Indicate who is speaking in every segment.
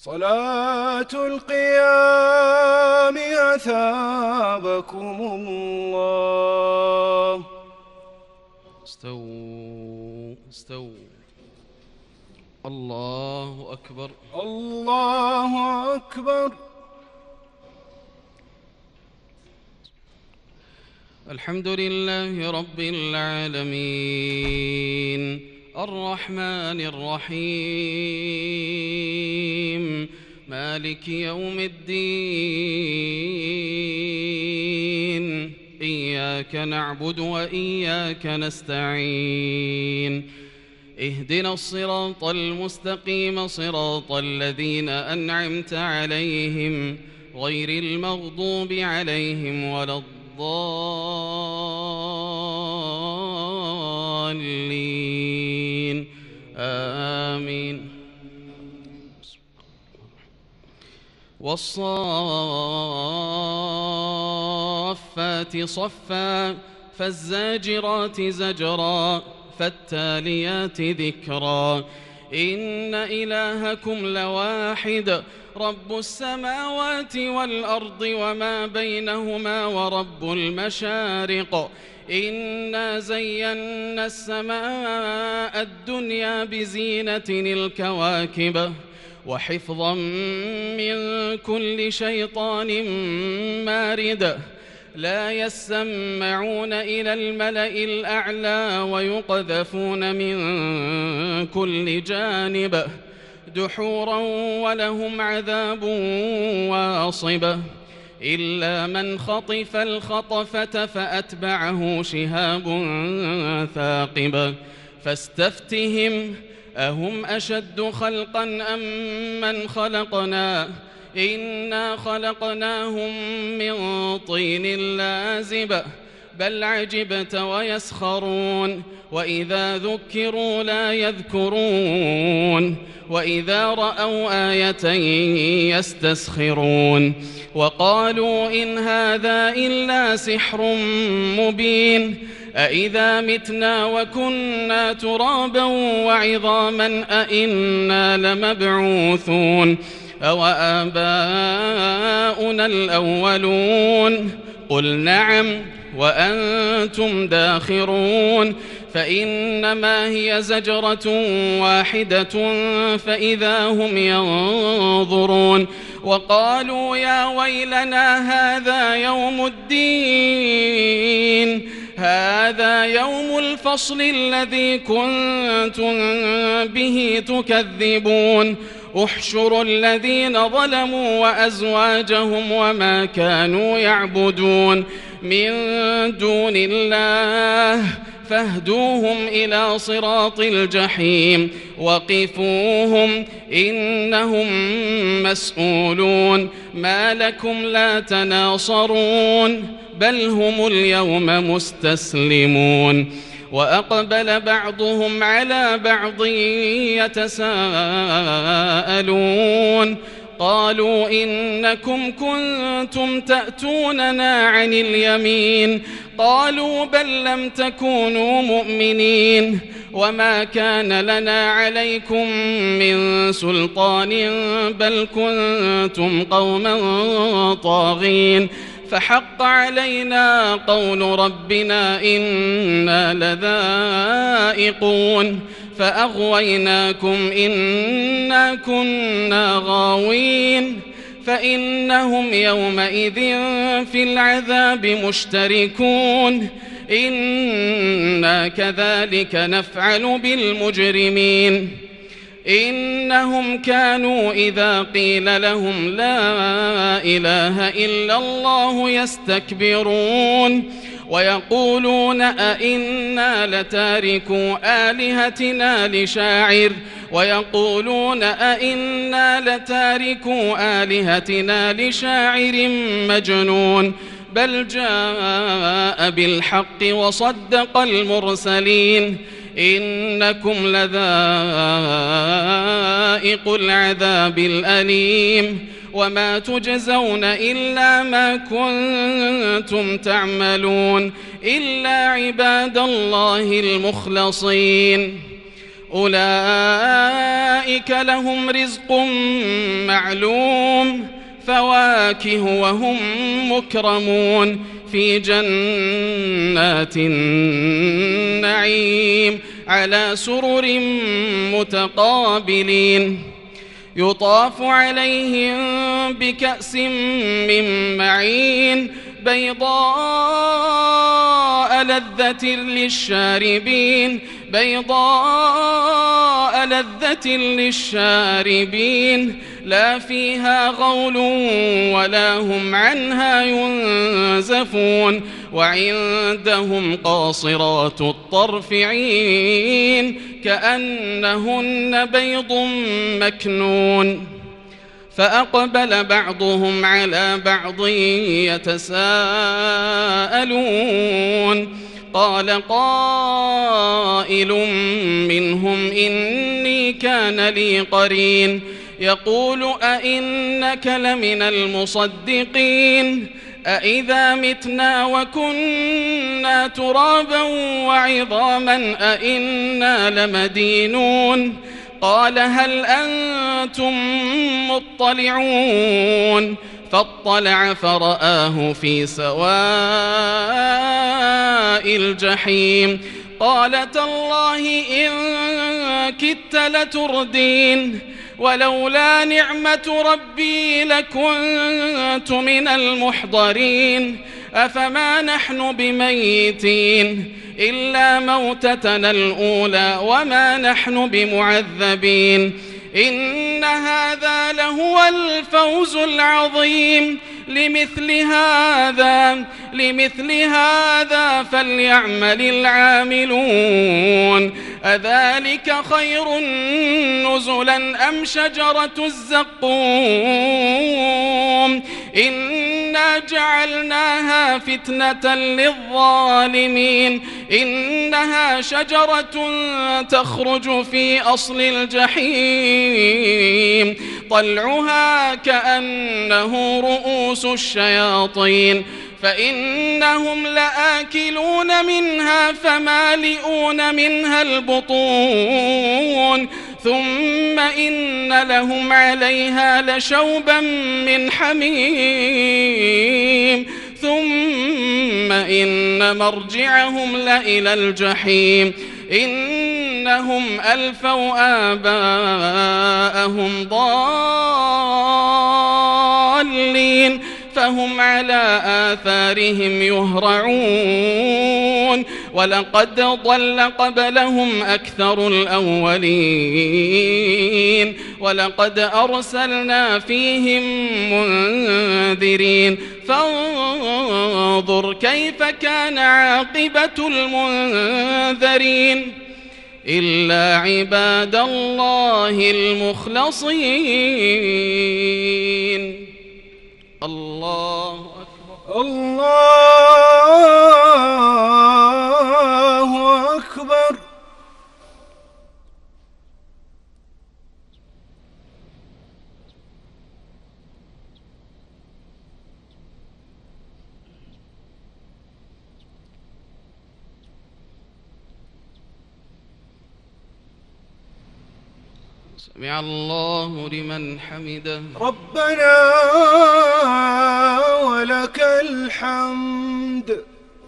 Speaker 1: صلاة القيام أثابكم الله.
Speaker 2: استووا استووا. الله أكبر.
Speaker 1: الله أكبر.
Speaker 2: الحمد لله رب العالمين الرحمن الرحيم مالك يوم الدين إياك نعبد وإياك نستعين اهدنا الصراط المستقيم صراط الذين أنعمت عليهم غير المغضوب عليهم ولا الضالين آمين. والصافات صفا فالزاجرات زجرا فالتاليات ذكرا إن إلهكم لواحد رب السماوات والأرض وما بينهما ورب المشارق إنا زينا السماء الدنيا بزينة الكواكب وحفظا من كل شيطان مارد لا يسمعون إلى الملأ الأعلى ويقذفون من كل جانب دحورا ولهم عذاب واصب إلا من خطف الخطفة فأتبعه شهاب ثاقب فاستفتهم أهم أشد خلقا أم من خلقنا إنا خلقناهم من طين لازب بل عجبت ويسخرون وإذا ذكروا لا يذكرون وإذا رأوا آية يستسخرون وقالوا إن هذا إلا سحر مبين أإذا متنا وكنا ترابا وعظاما أإنا لمبعوثون أوآباؤنا الأولون قل نعم وأنتم داخرون فإنما هي زجرة واحدة فإذا هم ينظرون وقالوا يا ويلنا هذا يوم الدين هذا يوم الفصل الذي كنتم به تكذبون احشروا الذين ظلموا وأزواجهم وما كانوا يعبدون من دون الله فاهدوهم إلى صراط الجحيم وقفوهم إنهم مسؤولون ما لكم لا تناصرون بل هم اليوم مستسلمون وأقبل بعضهم على بعض يتساءلون قالوا إنكم كنتم تأتوننا عن اليمين قالوا بل لم تكونوا مؤمنين وما كان لنا عليكم من سلطان بل كنتم قوما طاغين فحق علينا قول ربنا إنا لذائقون فأغويناكم إنا كنا غاوين فإنهم يومئذ في العذاب مشتركون إنا كذلك نفعل بالمجرمين إنهم كانوا إذا قيل لهم لا إله إلا الله يستكبرون ويقولون أئنا لتاركو آلهتنا لشاعر ويقولون أئنا لتاركو آلهتنا لشاعر مجنون بل جاء بالحق وصدق المرسلين إنكم لذائق العذاب الأليم وما تجزون إلا ما كنتم تعملون إلا عباد الله المخلصين أولئك أولئك لهم رزق معلوم فواكه وهم مكرمون في جنات النعيم على سرر متقابلين يطاف عليهم بكأس من معين بيضاء لذة للشاربين لا فيها غول ولا هم عنها ينزفون وعندهم قاصرات الطرف عين كأنهن بيض مكنون فأقبل بعضهم على بعض يتساءلون قال قائل منهم إني كان لي قرين يقول أئنك لمن المصدقين أئذا متنا وكنا ترابا وعظاما أئنا لمدينون قال هل أنتم مطلعون فاطلع فرآه في سواء الجحيم قال تالله إن كدت لتردين ولولا نعمة ربي لكنت من المحضرين أفما نحن بميتين إلا موتتنا الأولى وما نحن بمعذبين إن هذا لهو الفوز العظيم لمثل هذا فليعمل العاملون أذلك خير نزلا أم شجرة الزقوم إنا جعلناها فتنة للظالمين إنها شجرة تخرج في أصل الجحيم طلعها كأنه رؤوس الشياطين فإنهم لآكلون منها فمالئون منها البطون ثم إن لهم عليها لشوبا من حميم ثم إن مرجعهم لإلى الجحيم إنهم ألفوا آباءهم ضالين فهم على آثارهم يهرعون ولقد ضل قبلهم أكثر الأولين ولقد أرسلنا فيهم منذرين فانظر كيف كان عاقبة المنذرين إلا عباد الله المخلصين الله أكبر
Speaker 1: الله أكبر
Speaker 2: سمع الله لمن حمده
Speaker 1: ربنا ولك الحمد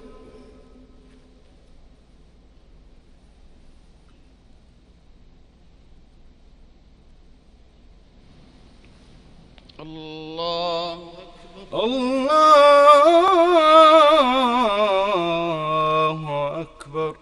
Speaker 2: الله أكبر
Speaker 1: الله أكبر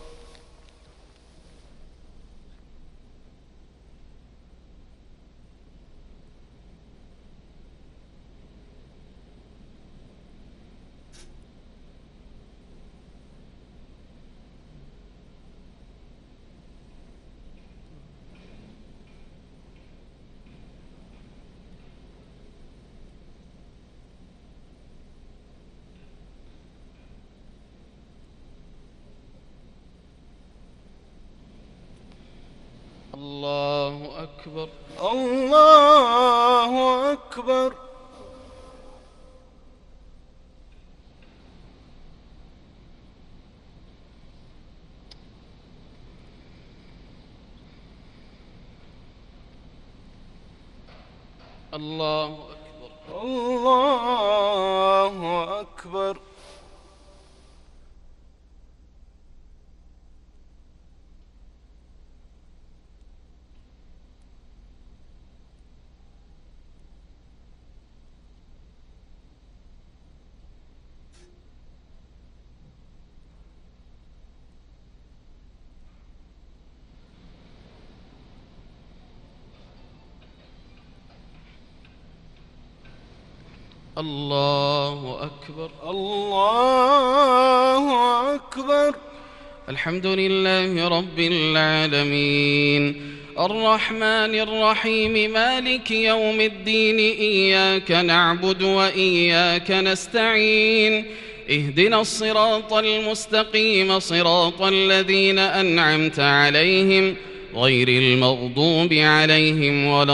Speaker 2: الله أكبر
Speaker 1: الله أكبر
Speaker 2: الله أكبر.
Speaker 1: الله أكبر.
Speaker 2: الله أكبر.
Speaker 1: الله أكبر.
Speaker 2: الحمد لله رب العالمين الرحمن الرحيم مالك يوم الدين إياك نعبد وإياك نستعين اهدنا الصراط المستقيم صراط الذين أنعمت عليهم غير المغضوب عليهم ولا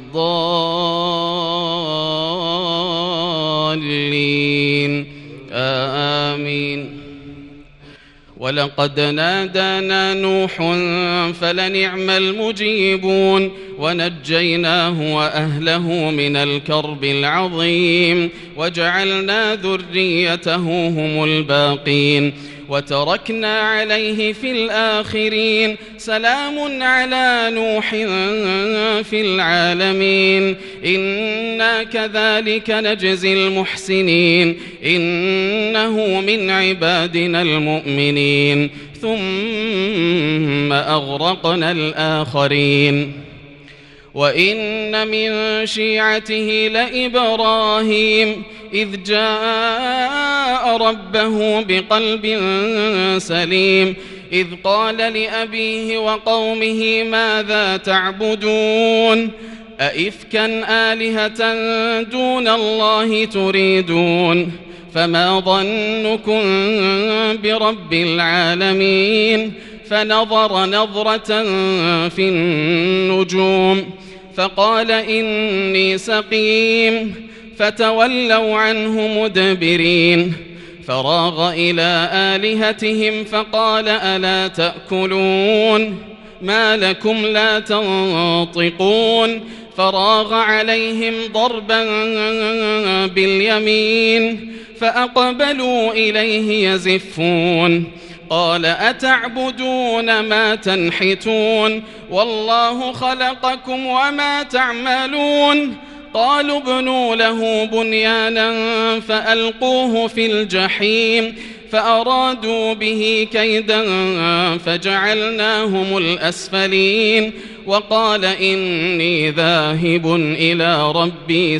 Speaker 2: الضالين آمين. ولقد نادانا نوح فلنعم المجيبون ونجيناه وأهله من الكرب العظيم وجعلنا ذريته هم الباقين وتركنا عليه في الآخرين سلام على نوح في العالمين إنا كذلك نجزي المحسنين إنه من عبادنا المؤمنين ثم أغرقنا الآخرين وإن من شيعته لإبراهيم إذ جاء ربه بقلب سليم إذ قال لأبيه وقومه ماذا تعبدون أئفكا آلهة دون الله تريدون فما ظنكم برب العالمين فنظر نظرة في النجوم فقال إني سقيم فتولوا عنه مدبرين فراغ إلى آلهتهم فقال ألا تأكلون ما لكم لا تنطقون فراغ عليهم ضربا باليمين فأقبلوا إليه يزفون قال أتعبدون ما تنحتون والله خلقكم وما تعملون قالوا ابنوا له بنيانا فألقوه في الجحيم فأرادوا به كيدا فجعلناهم الأسفلين وقال إني ذاهب إلى ربي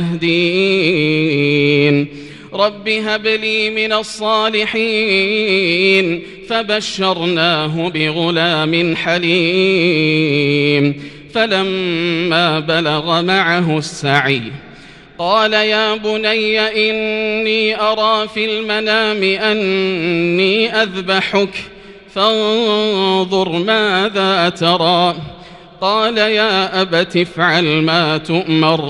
Speaker 2: سيهدين رب هب لي من الصالحين فبشرناه بغلام حليم فلما بلغ معه السعي قال يا بني إني أرى في المنام أني أذبحك فانظر ماذا ترى قال يا أبت افعل ما تؤمر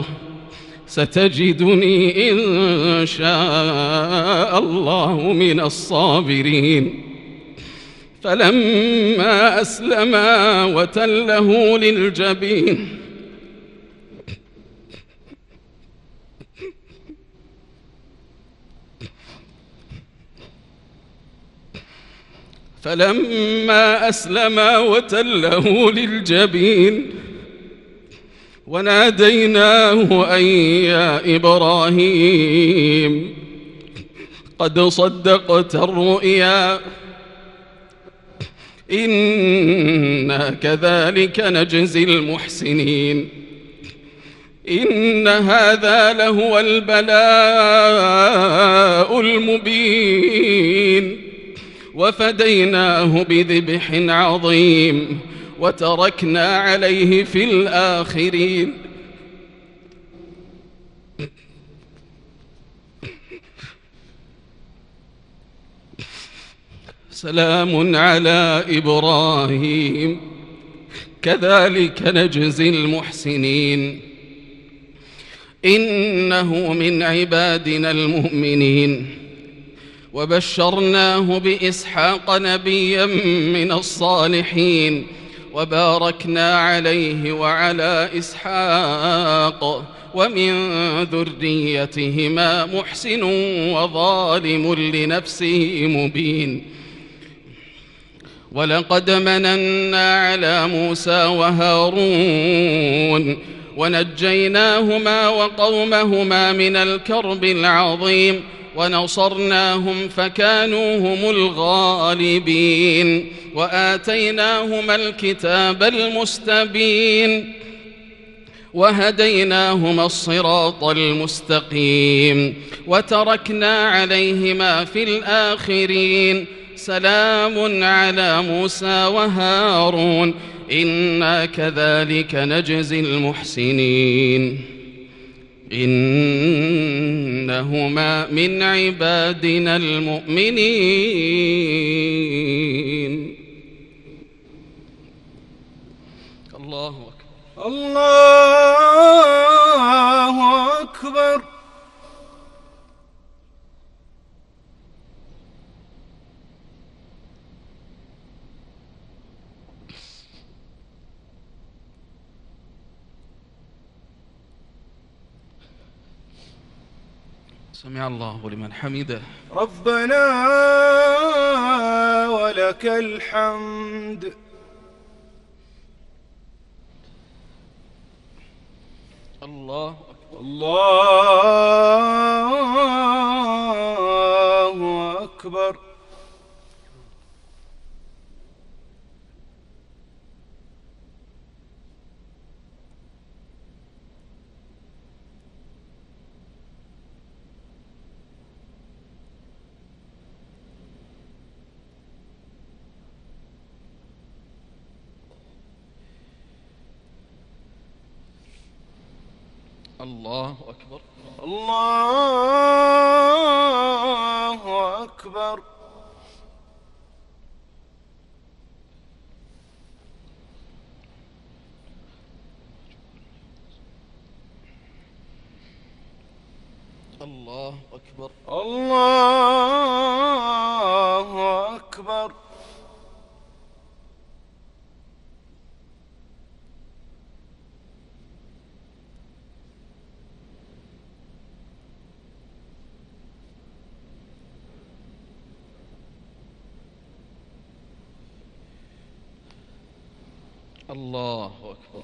Speaker 2: ستجدني إن شاء الله من الصابرين فلما أسلما وتله للجبين وناديناه أن يا إبراهيم قد صدقت الرؤيا إنا كذلك نجزي المحسنين إن هذا لهو البلاء المبين وفديناه بذبح عظيم وتركنا عليه في الآخرين سلام على إبراهيم كذلك نجزي المحسنين إنه من عبادنا المؤمنين وبشرناه بإسحاق نبيا من الصالحين وباركنا عليه وعلى إسحاق ومن ذريتهما محسن وظالم لنفسه مبين. ولقد مننا على موسى وهارون ونجيناهما وقومهما من الكرب العظيم ونصرناهم فكانوا هم الغالبين وآتيناهما الكتاب المستبين وهديناهما الصراط المستقيم وتركنا عليهما في الآخرين. سلام على موسى وهارون إنا كذلك نجزي المحسنين إنهما من عبادنا المؤمنين. الله أكبر.
Speaker 1: الله أكبر.
Speaker 2: سمع الله لمن حمده.
Speaker 1: ربنا ولك الحمد.
Speaker 2: الله أكبر.
Speaker 1: الله أكبر.
Speaker 2: الله أكبر.
Speaker 1: الله أكبر.
Speaker 2: الله أكبر.
Speaker 1: الله أكبر.
Speaker 2: الله أكبر.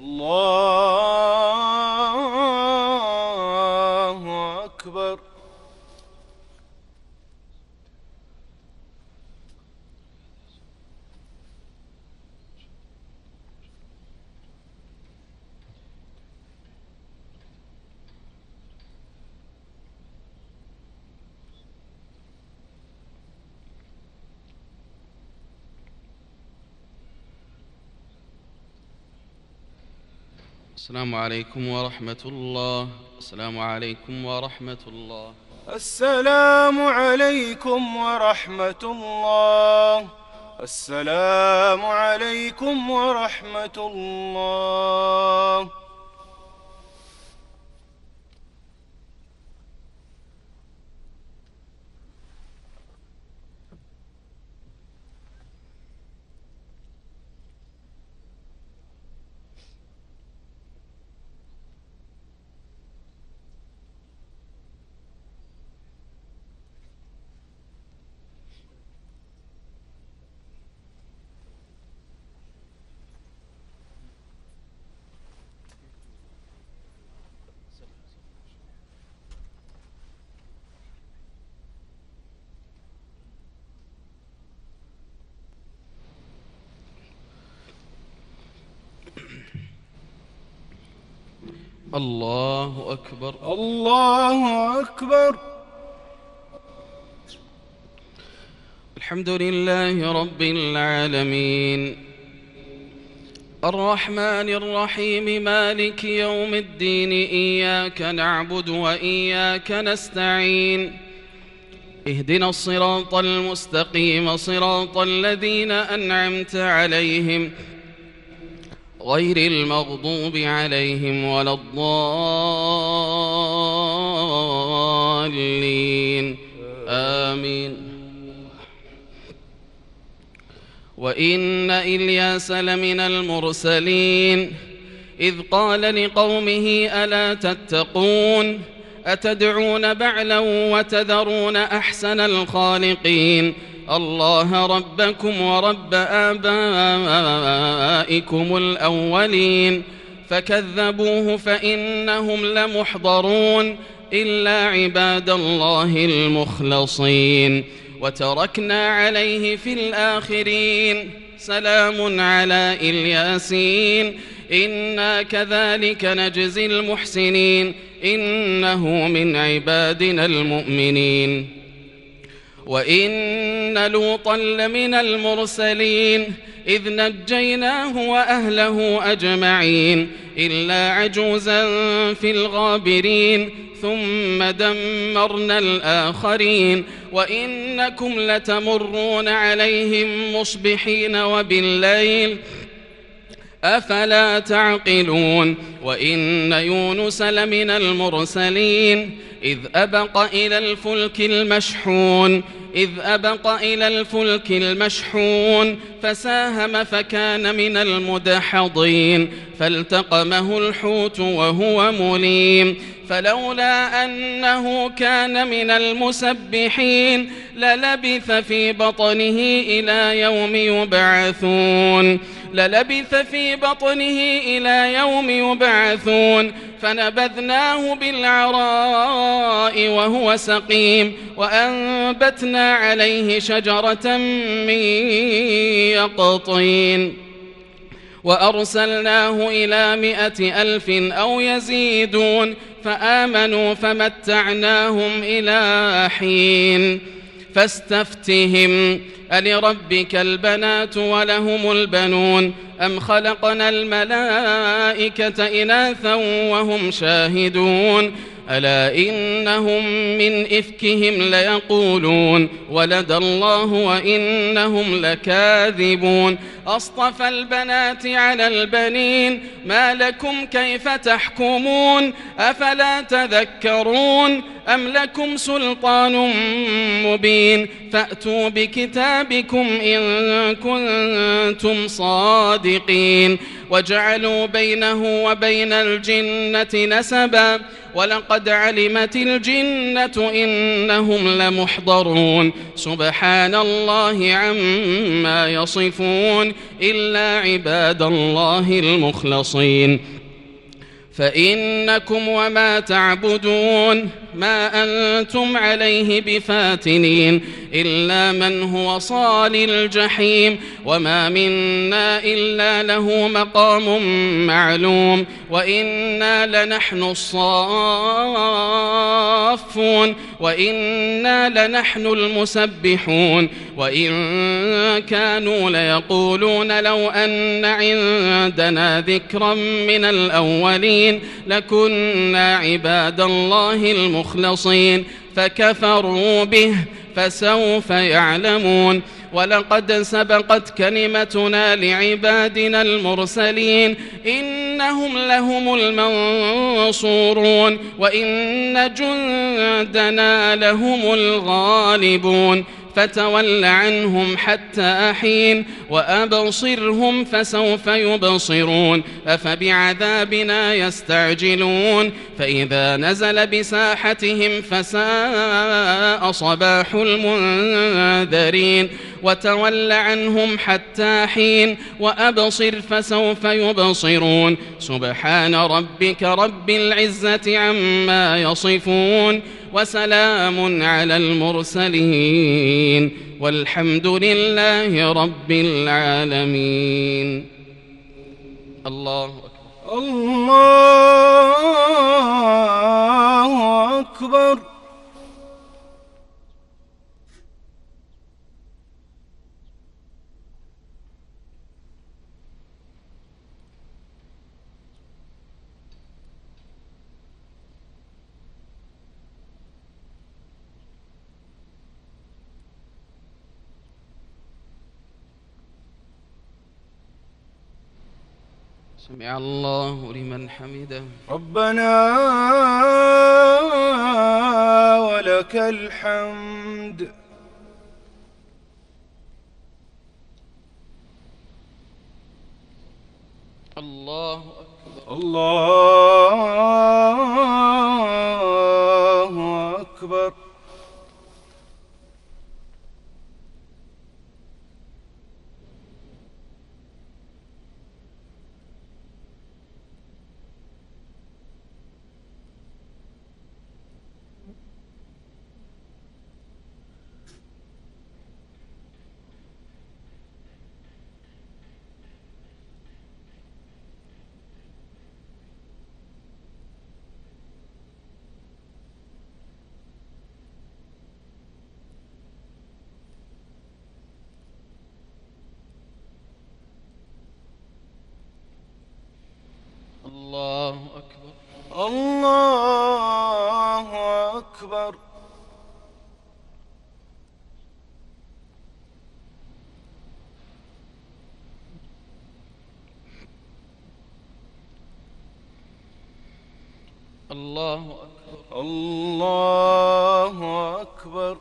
Speaker 1: الله أكبر.
Speaker 2: السلام عليكم ورحمة الله. السلام عليكم ورحمة الله.
Speaker 1: السلام عليكم ورحمة الله. السلام عليكم ورحمة الله.
Speaker 2: الله أكبر.
Speaker 1: الله أكبر.
Speaker 2: الحمد لله رب العالمين الرحمن الرحيم مالك يوم الدين إياك نعبد وإياك نستعين اهدنا الصراط المستقيم صراط الذين أنعمت عليهم غير المغضوب عليهم ولا الضالين آمين. وإن إلياس لمن المرسلين إذ قال لقومه ألا تتقون أتدعون بعلا وتذرون أحسن الخالقين الله ربكم ورب آبائكم الأولين فكذبوه فإنهم لمحضرون إلا عباد الله المخلصين وتركنا عليه في الآخرين سلام على الياسين إنا كذلك نجزي المحسنين إنه من عبادنا المؤمنين وإن لوطا لمن المرسلين إذ نجيناه وأهله أجمعين إلا عجوزا في الغابرين ثم دمرنا الآخرين وإنكم لتمرون عليهم مصبحين وبالليل أفلا تعقلون وإن يونس لمن المرسلين إذ أبق إلى الفلك المشحون فساهم فكان من المدحضين فالتقمه الحوت وهو مليم فلولا أنه كان من المسبحين للبث في بطنه إلى يوم يبعثون فنبذناه بالعراء وهو سقيم وأنبتنا عليه شجرة من يقطين وأرسلناه إلى 100,000 أو يزيدون فآمنوا فمتعناهم إلى حين فاستفتهم ألربك البنات ولهم البنون أم خلقنا الملائكة إناثا وهم شاهدون ألا إنهم من إفكهم ليقولون ولد الله وإنهم لكاذبون أصطفى البنات على البنين ما لكم كيف تحكمون أفلا تذكرون أم لكم سلطان مبين فأتوا بكتابكم إن كنتم صادقين وجعلوا بينه وبين الجنة نسبا ولقد علمت الجنة إنهم لمحضرون سبحان الله عما يصفون إلا عباد الله المخلصين فإنكم وما تعبدون ما أنتم عليه بفاتنين إلا من هو صال الجحيم وما منا إلا له مقام معلوم وإنا لنحن الصافون وإنا لنحن المسبحون وإن كانوا ليقولون لو أن عندنا ذكرا من الأولين لكنا عباد الله المخلصين فكفروا به فسوف يعلمون ولقد سبقت كلمتنا لعبادنا المرسلين إنهم لهم المنصورون وإن جندنا لهم الغالبون فتول عنهم حتى حين وأبصرهم فسوف يبصرون أفبعذابنا يستعجلون فإذا نزل بساحتهم فساء صباح المنذرين وتول عنهم حتى حين وأبصر فسوف يبصرون سبحان ربك رب العزة عما يصفون وسلام على المرسلين والحمد لله رب العالمين. الله أكبر.
Speaker 1: الله أكبر.
Speaker 2: سمع الله لمن حمده.
Speaker 1: ربنا ولك الحمد.
Speaker 2: الله أكبر.
Speaker 1: الله أكبر.
Speaker 2: الله أكبر.
Speaker 1: الله أكبر.
Speaker 2: الله أكبر.
Speaker 1: الله أكبر.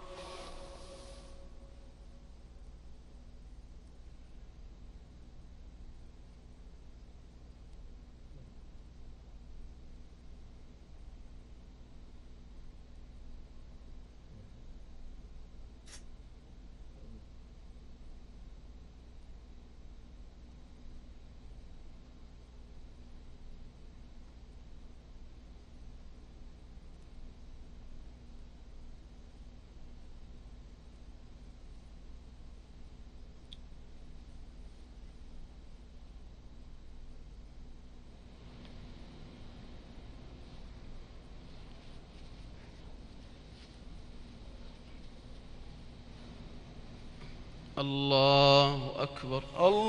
Speaker 2: الله أكبر.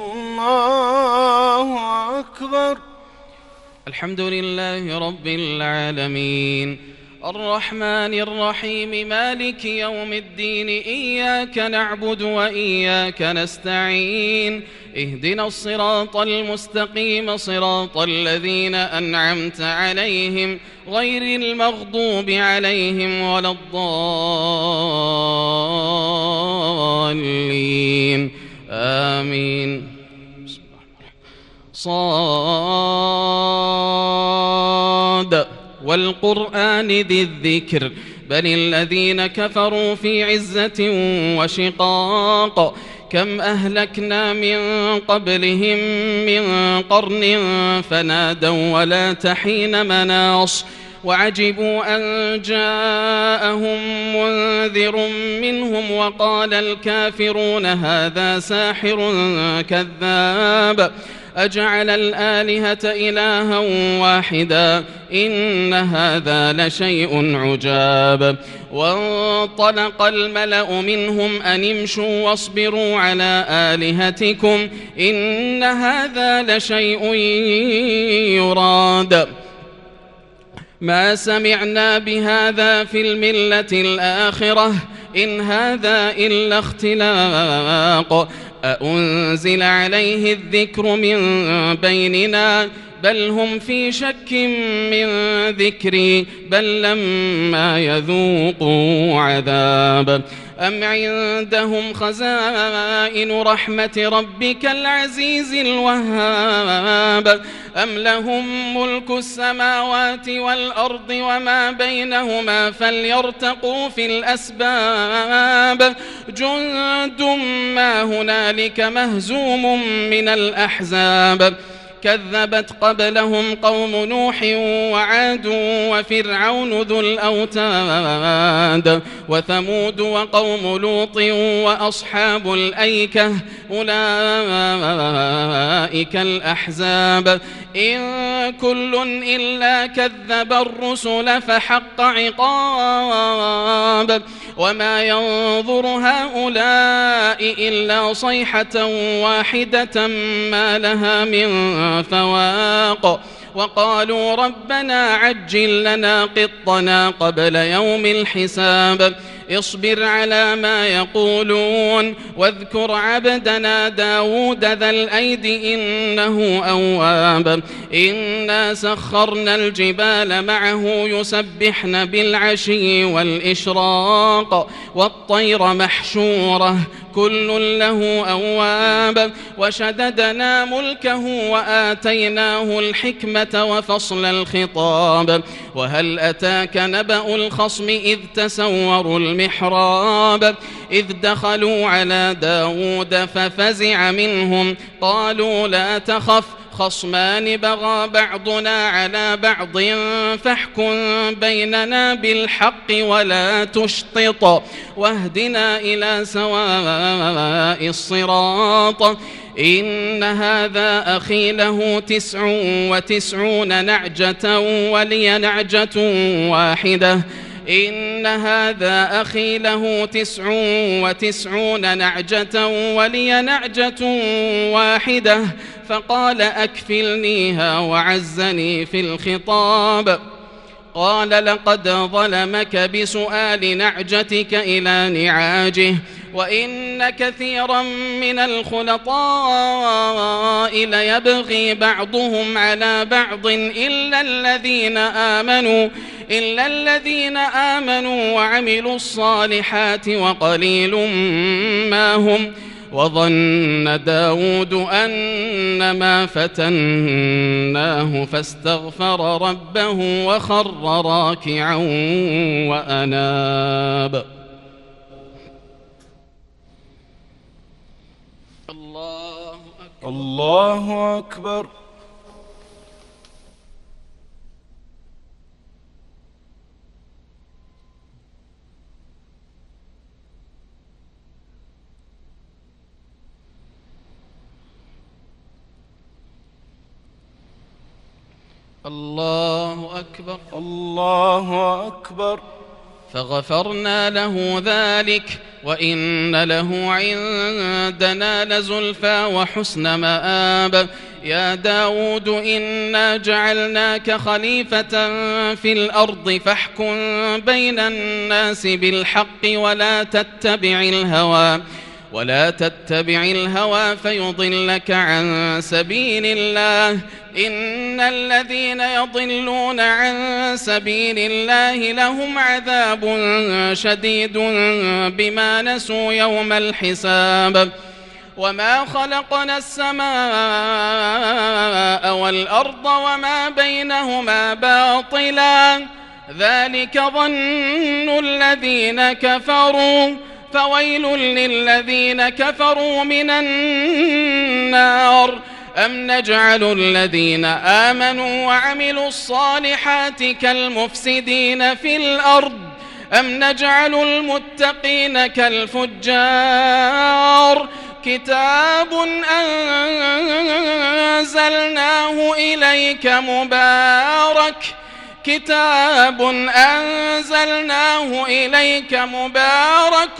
Speaker 1: الله أكبر.
Speaker 2: الحمد لله رب العالمين الرحمن الرحيم مالك يوم الدين إياك نعبد وإياك نستعين اهدنا الصراط المستقيم صراط الذين أنعمت عليهم غير المغضوب عليهم ولا الضالين آمين. صاد والقرآن ذي الذكر بل الذين كفروا في عزة وشقاق كم أهلكنا من قبلهم من قرن فنادوا ولا تحين مناص وعجبوا أن جاءهم منذر منهم وقال الكافرون هذا ساحر كذاب أجعل الآلهة إلها واحدا إن هذا لشيء عجاب. وانطلق الملأ منهم أن امشوا واصبروا على آلهتكم إن هذا لشيء يراد ما سمعنا بهذا في الملة الآخرة إن هذا إلا اختلاق أأنزل عليه الذكر من بيننا بل هم في شك من ذكري بل لما يذوقوا عذاب أم عندهم خزائن رحمة ربك العزيز الوهاب أم لهم ملك السماوات والأرض وما بينهما فليرتقوا في الأسباب جند ما هنالك مهزوم من الأحزاب كذبت قبلهم قوم نوح وعاد وفرعون ذو الأوتاد وثمود وقوم لوط وأصحاب الأيكة أولئك الأحزاب إن كل إلا كذب الرسل فحق عقاب وما ينظر هؤلاء إلا صيحة واحدة ما لها من فواق وقالوا ربنا عجل لنا قطنا قبل يوم الحساب اصبر على ما يقولون واذكر عبدنا داود ذا الأيد إنه أواب إنا سخرنا الجبال معه يسبحن بالعشي والإشراق والطير محشورة كل له أواب وشددنا ملكه وآتيناه الحكمة وفصل الخطاب وهل أتاك نبأ الخصم إذ تسوروا المحراب إذ دخلوا على داود ففزع منهم قالوا لا تخف خصمان بغى بعضنا على بعض فاحكم بيننا بالحق ولا تشطط واهدنا إلى سواء الصراط إن هذا أخي له 99 نعجة ولي نعجة واحدة إن هذا أخي له 99 نعجة ولي نعجة واحدة فقال أكفلنيها وعزني في الخطاب قال لقد ظلمك بسؤال نعجتك إلى نعاجه وإن كثيرا من الخلطاء ليبغي بعضهم على بعض إلا الذين آمنوا وعملوا الصالحات وقليل ما هم وظن داود أنما فتناه فاستغفر ربه وخر راكعا وأناب.
Speaker 1: الله أكبر.
Speaker 2: الله أكبر.
Speaker 1: الله أكبر.
Speaker 2: فغفرنا له ذلك وإن له عندنا لزلفى وحسن مآب. يا داود إنا جعلناك خليفة في الأرض فاحكم بين الناس بالحق ولا تتبع الهوى فيضلك عن سبيل الله إن الذين يضلون عن سبيل الله لهم عذاب شديد بما نسوا يوم الحساب. وما خلقنا السماء والأرض وما بينهما باطلا ذلك ظن الذين كفروا فويل للذين كفروا من النار. أم نجعل الذين آمنوا وعملوا الصالحات كالمفسدين في الأرض أم نجعل المتقين كالفجار. كتاب أنزلناه إليك مبارك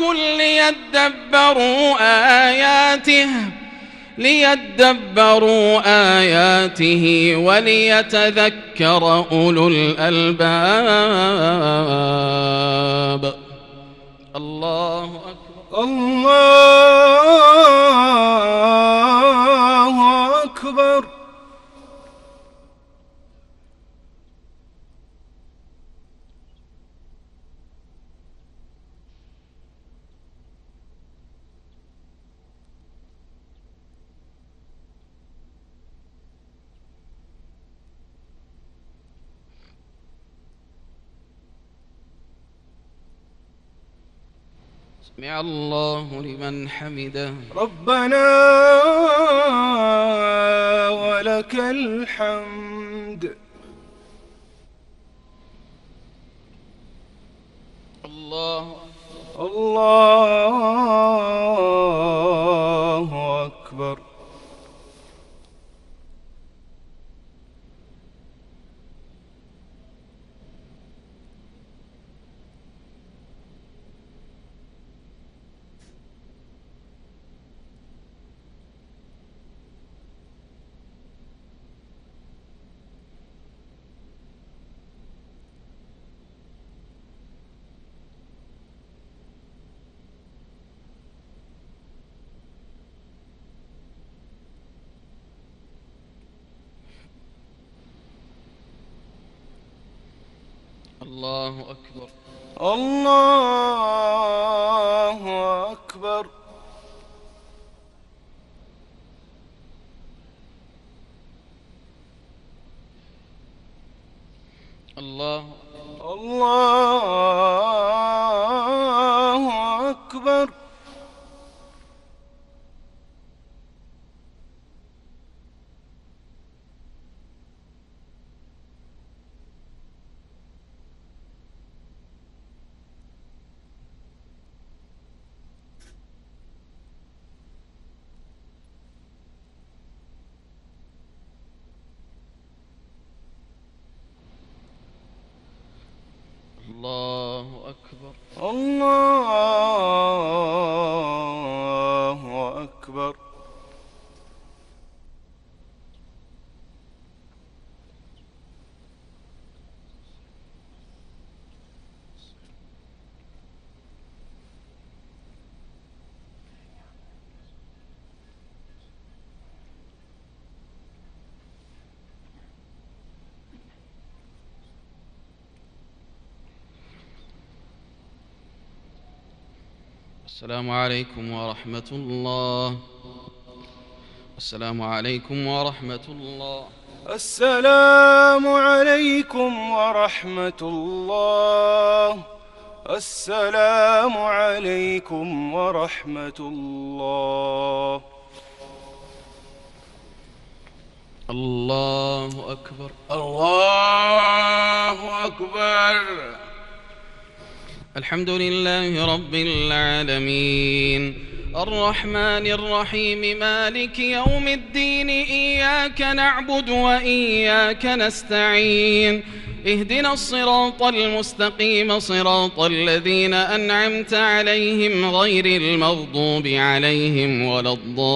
Speaker 2: ليدبروا آياته وليتذكر أولو الألباب. الله أكبر.
Speaker 1: الله أكبر.
Speaker 2: سمع الله لمن حمده.
Speaker 1: ربنا ولك الحمد.
Speaker 2: الله
Speaker 1: أكبر.
Speaker 2: الله أكبر.
Speaker 1: الله أكبر.
Speaker 2: الله
Speaker 1: أكبر.
Speaker 2: الله أكبر.
Speaker 1: الله أكبر.
Speaker 2: السلام عليكم ورحمة الله. السلام عليكم ورحمة الله.
Speaker 1: السلام عليكم ورحمة الله. السلام عليكم ورحمة الله.
Speaker 2: الله أكبر.
Speaker 1: الله أكبر.
Speaker 2: الحمد لله رب العالمين الرحمن الرحيم مالك يوم الدين إياك نعبد وإياك نستعين اهدنا الصراط المستقيم صراط الذين أنعمت عليهم غير المغضوب عليهم ولا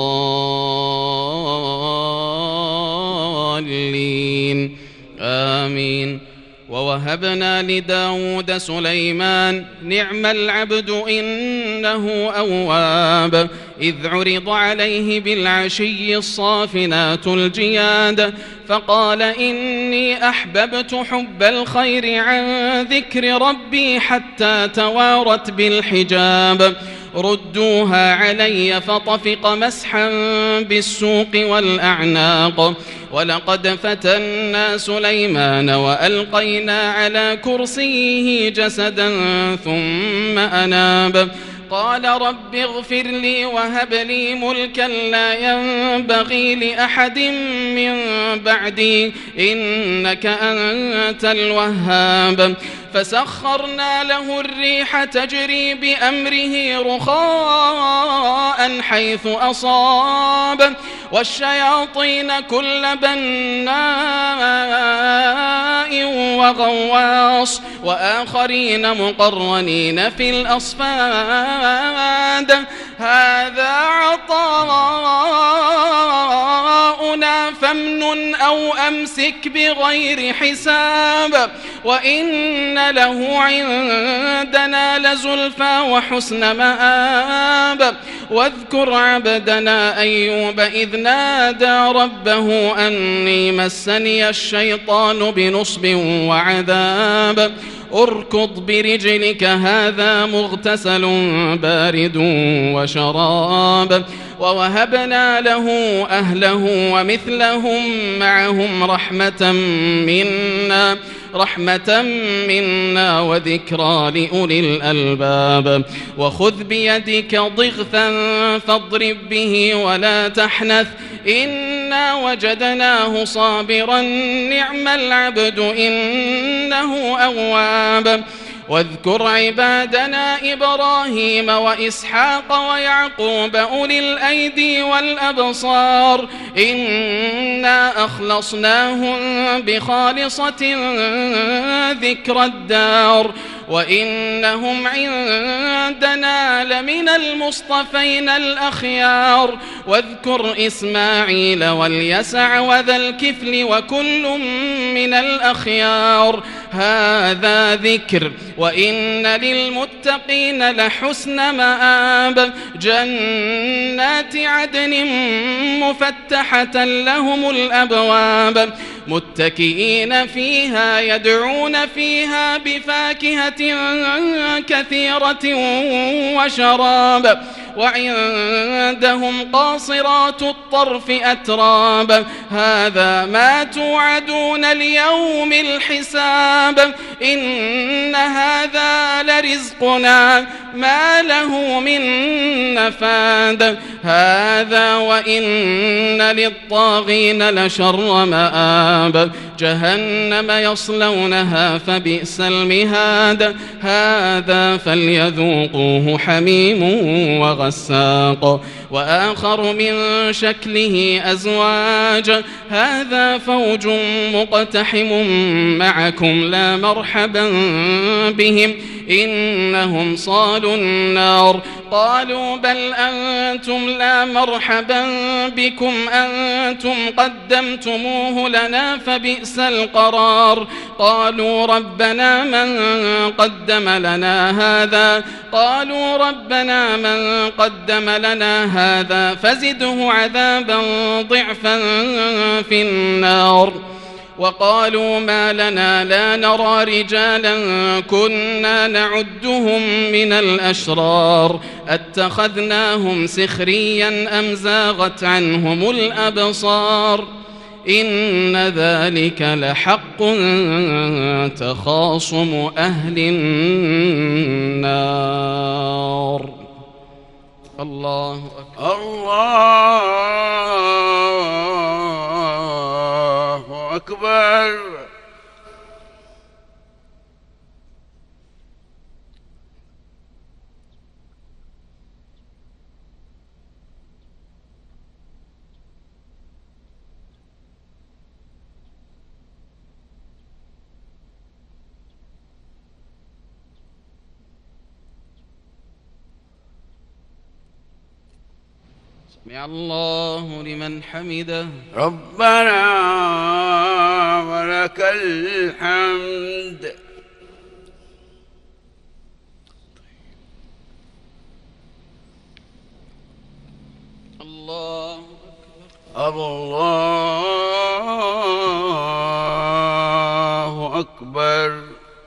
Speaker 2: الضالين آمين. ووهبنا لداود سليمان نعم العبد إنه أواب إذ عرض عليه بالعشي الصافنات الجياد فقال إني أحببت حب الخير عن ذكر ربي حتى توارت بالحجاب ردوها علي فطفق مسحا بالسوق والأعناق ولقد فتنا سليمان وألقينا على كرسيه جسدا ثم أناب قال رب اغفر لي وهب لي ملكا لا ينبغي لأحد من بعدي إنك أنت الوهاب فسخرنا له الريح تجري بأمره رخاء حيث أصاب والشياطين كل بناء وغواص وآخرين مقرنين في الأصفاد هذا عطاؤنا فامنن أو أمسك بغير حساب وإن له عندنا لزلفى وحسن مآب واذكر عبدنا أيوب إذ نادى ربه أني مسني الشيطان بنصب وعذاب اركض برجلك هذا مغتسل بارد وشراب ووهبنا له أهله ومثلهم معهم رحمة منا وذكرى لأولي الألباب وخذ بيدك ضغثا فاضرب به ولا تحنث إنا وجدناه صابرا نعم العبد إنه أواب واذكر عبادنا إبراهيم وإسحاق ويعقوب أولي الأيدي والأبصار إنا أخلصناهم بخالصة ذكر الدار وإنهم عندنا لمن المصطفين الأخيار واذكر إسماعيل واليسع وذا الكفل وكل من الأخيار هذا ذكر وإن للمتقين لحسن مآب جنات عدن مفتحة لهم الأبواب متكئين فيها يدعون فيها بفاكهة كثيرة وشراب وعندهم قاصرات الطرف أتراب هذا ما توعدون ليوم الحساب إن هذا لرزقنا ما له من نفاد هذا وإن للطاغين لشر مآب جهنم يصلونها فبئس المهاد هذا فليذوقوه حميم وغساق وآخر من شكله أزواج هذا فوج مقتحم معكم لا مرحبا بهم إنهم صالوا النار قالوا بل أنتم لا مرحبا بكم أنتم قدمتموه لنا فبئس القرار قالوا ربنا من قدم لنا هذا فزده عذابا ضعفا في النار وقالوا ما لنا لا نرى رجالا كنا نعدهم من الأشرار اتخذناهم سخريا أم زاغت عنهم الأبصار إن ذلك لحق تخاصم أهل النار الله أكبر
Speaker 1: الله أكبر
Speaker 2: سمع الله لمن حمده
Speaker 1: ربنا ولك الحمد
Speaker 2: الله
Speaker 1: الله أكبر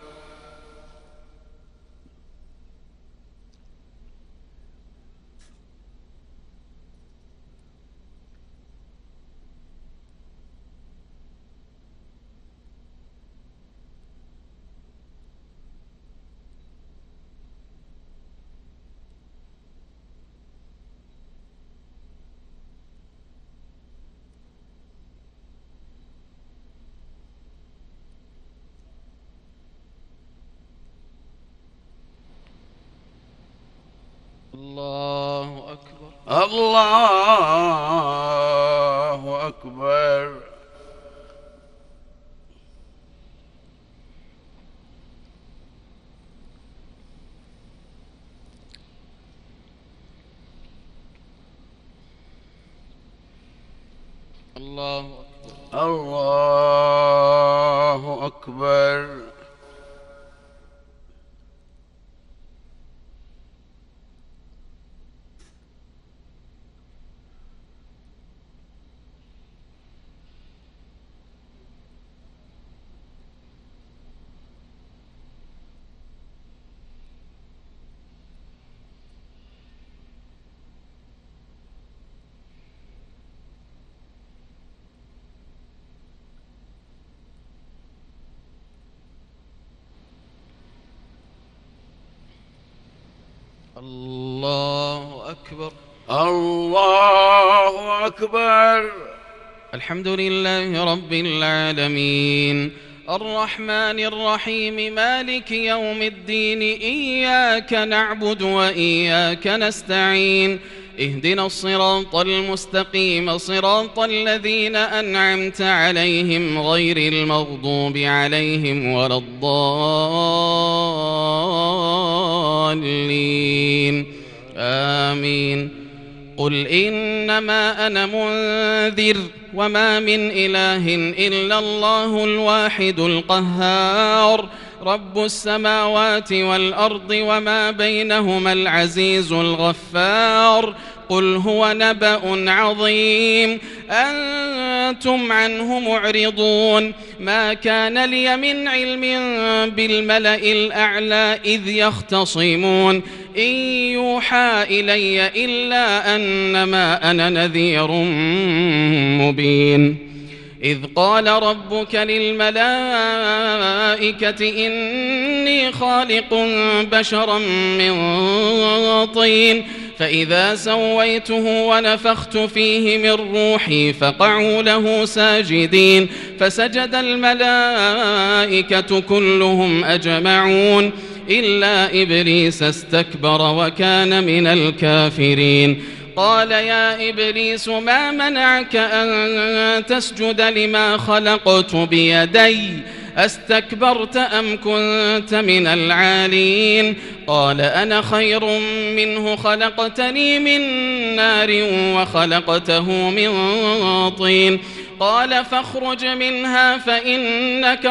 Speaker 2: الله أكبر
Speaker 1: الله أكبر
Speaker 2: الله أكبر
Speaker 1: الله أكبر
Speaker 2: الله أكبر
Speaker 1: الله أكبر
Speaker 2: الحمد لله رب العالمين الرحمن الرحيم مالك يوم الدين إياك نعبد وإياك نستعين اهدنا الصراط المستقيم صراط الذين أنعمت عليهم غير المغضوب عليهم ولا الضالين آمين قل إنما أنا منذر وما من إله إلا الله الواحد القهار رب السماوات والأرض وما بينهما العزيز الغفار قل هو نبأ عظيم أنتم عنه معرضون ما كان لي من علم بالملأ الأعلى إذ يختصمون إن يوحى إلي إلا أنما أنا نذير مبين إذ قال ربك للملائكة إني خالق بشرا من طين فإذا سويته ونفخت فيه من روحي فقعوا له ساجدين فسجد الملائكة كلهم أجمعون إلا إبليس استكبر وكان من الكافرين قال يا إبليس ما منعك أن تسجد لما خلقت بيدي أستكبرت أم كنت من العالين قال أنا خير منه خلقتني من نار وخلقته من طين قال فاخرج منها فإنك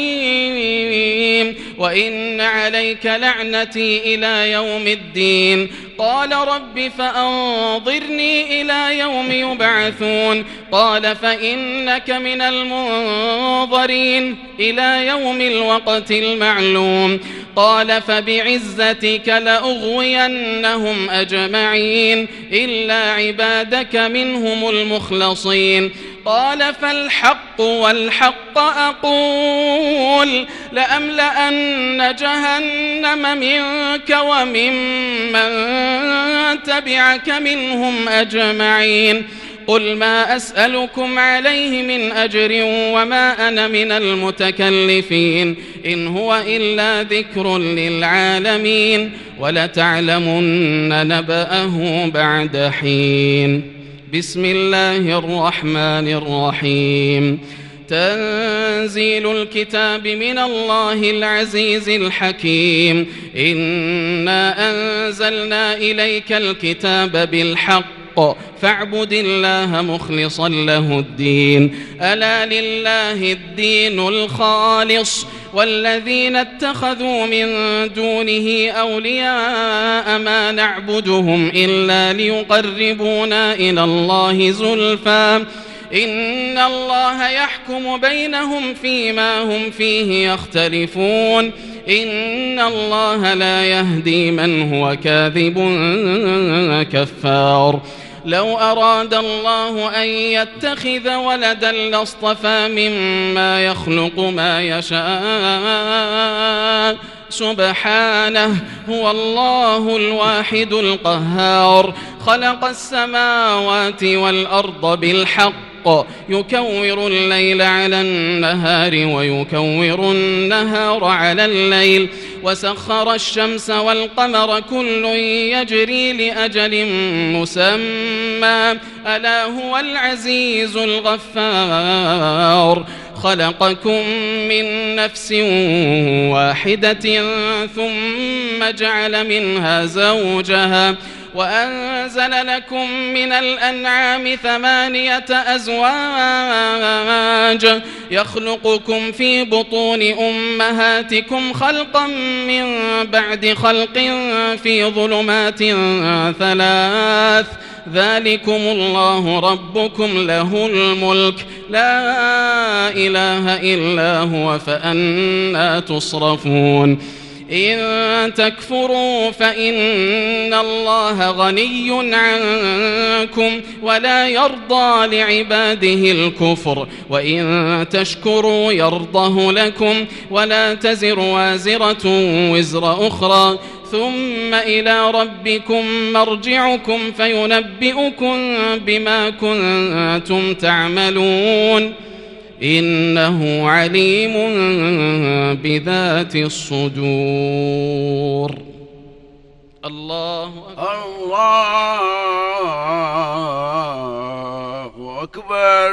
Speaker 2: رجيم وإن عليك لعنتي إلى يوم الدين قال رب فأنظرني إلى يوم يبعثون قال فإنك من المنظرين إلى يوم الوقت المعلوم قال فبعزتك لأغوينهم أجمعين إلا عبادك منهم المخلصين قال فالحق والحق أقول لأملأن جهنم منك وممن تبعك منهم أجمعين قل ما أسألكم عليه من أجر وما أنا من المتكلفين إن هو إلا ذكر للعالمين ولتعلمن نبأه بعد حين بسم الله الرحمن الرحيم تنزيل الكتاب من الله العزيز الحكيم إنا أنزلنا إليك الكتاب بالحق فاعبد الله مخلصا له الدين ألا لله الدين الخالص والذين اتخذوا من دونه أولياء ما نعبدهم إلا ليقربونا إلى الله زلفى إن الله يحكم بينهم فيما هم فيه يختلفون إن الله لا يهدي من هو كاذب كفار لو أراد الله أن يتخذ ولدا لاصطفى مما يخلق ما يشاء سبحانه هو الله الواحد القهار خلق السماوات والأرض بالحق يكور الليل على النهار ويكور النهار على الليل وسخر الشمس والقمر كل يجري لأجل مسمى ألا هو العزيز الغفار خلقكم من نفس واحدة ثم جعل منها زوجها وأنزل لكم من الأنعام 8 أزواج يخلقكم في بطون أمهاتكم خلقا من بعد خلق في ظلمات 3 ذلكم الله ربكم له الملك لا إله إلا هو فأنى تصرفون إن تكفروا فإن الله غني عنكم ولا يرضى لعباده الكفر وإن تشكروا يرضه لكم ولا تزر وازرة وزر أخرى ثم إلى ربكم مرجعكم فينبئكم بما كنتم تعملون إنه عليم بذات الصدور الله
Speaker 1: أكبر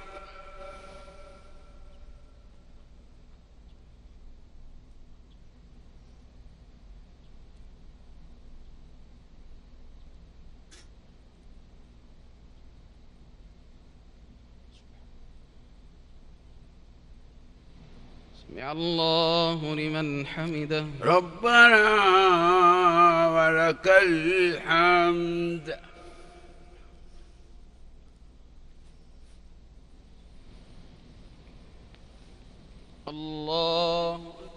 Speaker 2: سمع الله لمن حمده
Speaker 1: ربنا ولك الحمد
Speaker 2: الله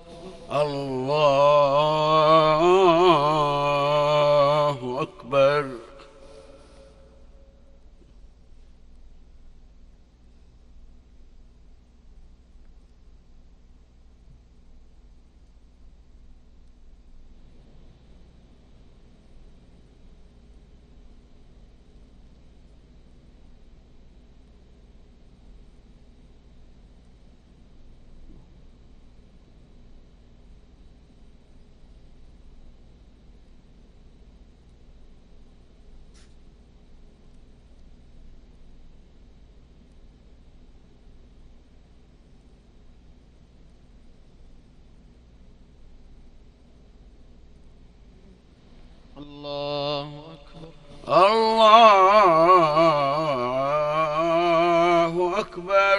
Speaker 1: الله أكبر.
Speaker 2: الله أكبر.
Speaker 1: الله أكبر.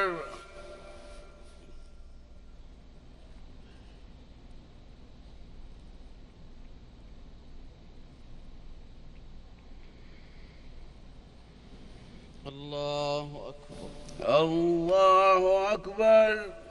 Speaker 2: الله أكبر.
Speaker 1: الله أكبر.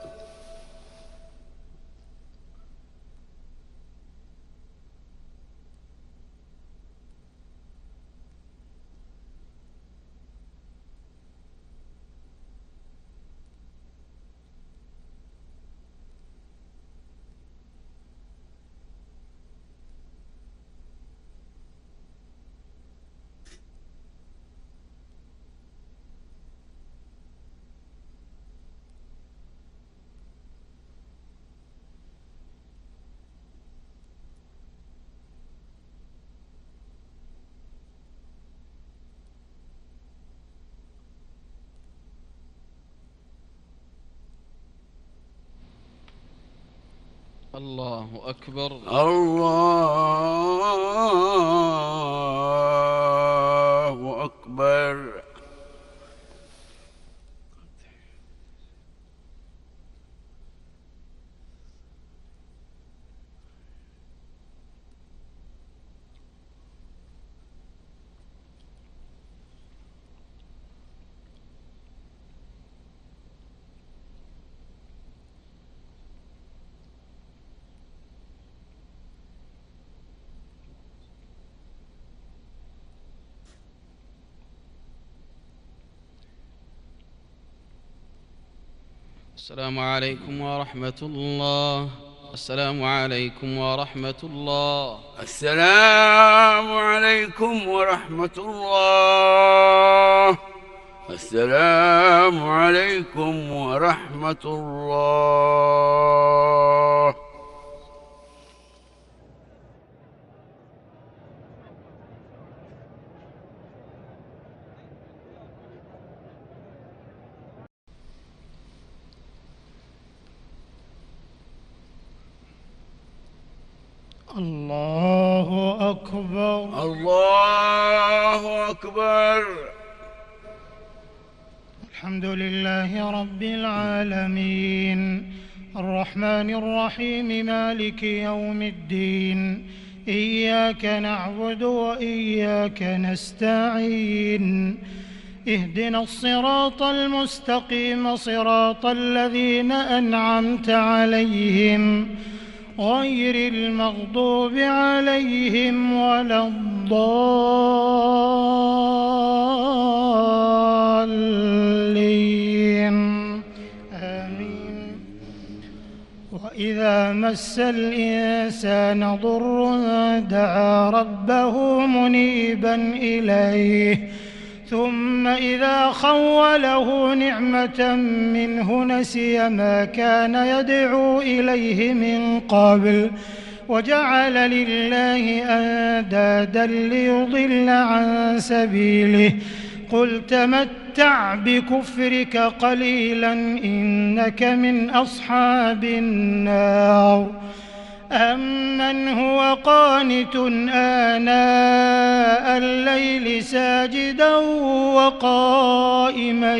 Speaker 2: الله أكبر.
Speaker 1: الله أكبر.
Speaker 2: السلام عليكم ورحمة الله. السلام عليكم ورحمة الله.
Speaker 1: السلام عليكم ورحمة الله. السلام عليكم ورحمة الله.
Speaker 3: الله أكبر.
Speaker 1: الله أكبر.
Speaker 3: الحمد لله رب العالمين الرحمن الرحيم مالك يوم الدين إياك نعبد وإياك نستعين اهدنا الصراط المستقيم صراط الذين أنعمت عليهم غير المغضوب عليهم ولا الضالين آمين. وإذا مس الإنسان ضر دعا ربه منيبا إليه ثم إذا خوله نعمة منه نسي ما كان يدعو إليه من قبل وجعل لله أندادا ليضل عن سبيله قل تمتع بكفرك قليلا إنك من أصحاب النار. أمن هو قانت آناء الليل ساجدا وقائما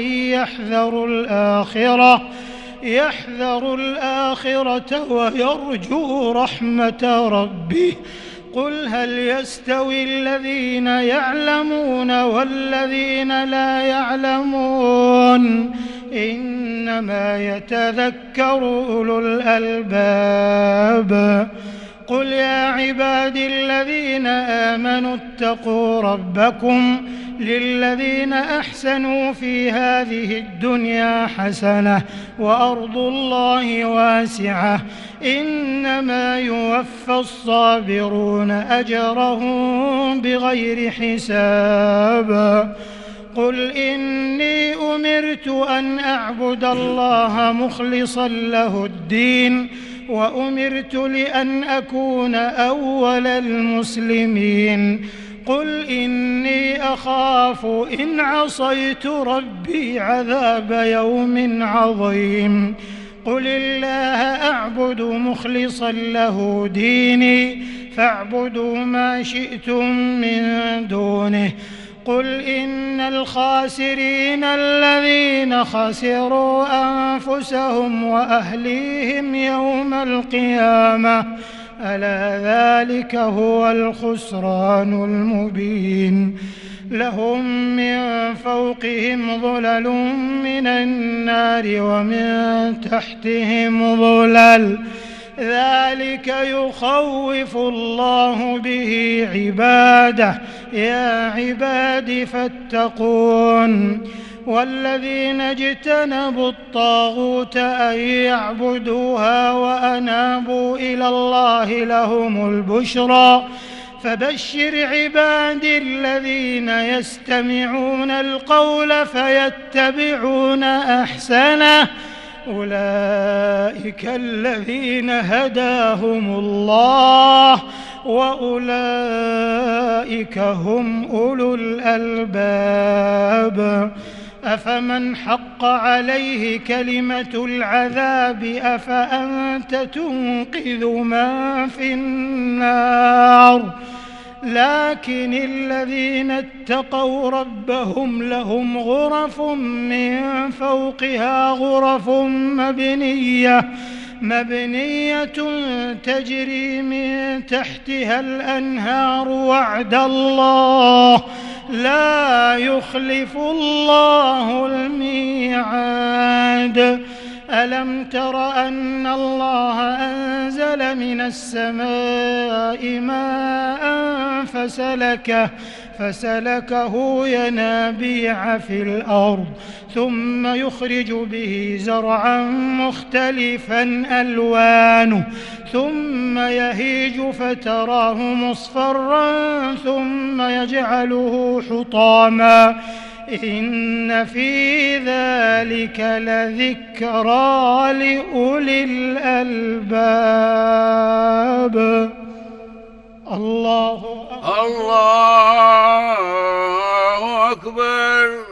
Speaker 3: يحذر الآخرة ويرجو رحمة ربه قل هل يستوي الذين يعلمون والذين لا يعلمون إنما يتذكر أولو الألباب. قل يا عبادي الذين آمنوا اتقوا ربكم للذين أحسنوا في هذه الدنيا حسنة وأرض الله واسعة إنما يوفى الصابرون أجرهم بغير حساب. قل إني أمرت أن أعبد الله مخلصا له الدين وأمرت لأن أكون أول المسلمين. قل إني أخاف إن عصيت ربي عذاب يوم عظيم. قل الله أعبد مخلصا له ديني فاعبدوا ما شئتم من دونه. قل إن الخاسرين الذين خسروا أنفسهم وأهليهم يوم القيامة ألا ذلك هو الخسران المبين. لهم من فوقهم ظلل من النار ومن تحتهم ظلل ذلك يخوف الله به عباده يا عباد فاتقون. والذين اجتنبوا الطاغوت أن يعبدوها وأنابوا إلى الله لهم البشرى. فبشر عبادي الذين يستمعون القول فيتبعون أحسنه أولئك الذين هداهم الله وأولئك هم أولو الألباب. أفمن حق عليه كلمة العذاب أفأنت تنقذ من في النار. لكن الذين اتقوا ربهم لهم غرف من فوقها غرف مبنية تجري من تحتها الأنهار وعد الله لا يخلف الله الميعاد. ألم تر أن الله أنزل من السماء ماء فسلكه ينابيع في الأرض ثم يخرج به زرعا مختلفا ألوانه ثم يهيج فتراه مصفرا ثم يجعله حطاما إن في ذلك لذكرى لأولي الألباب. الله
Speaker 1: أكبر.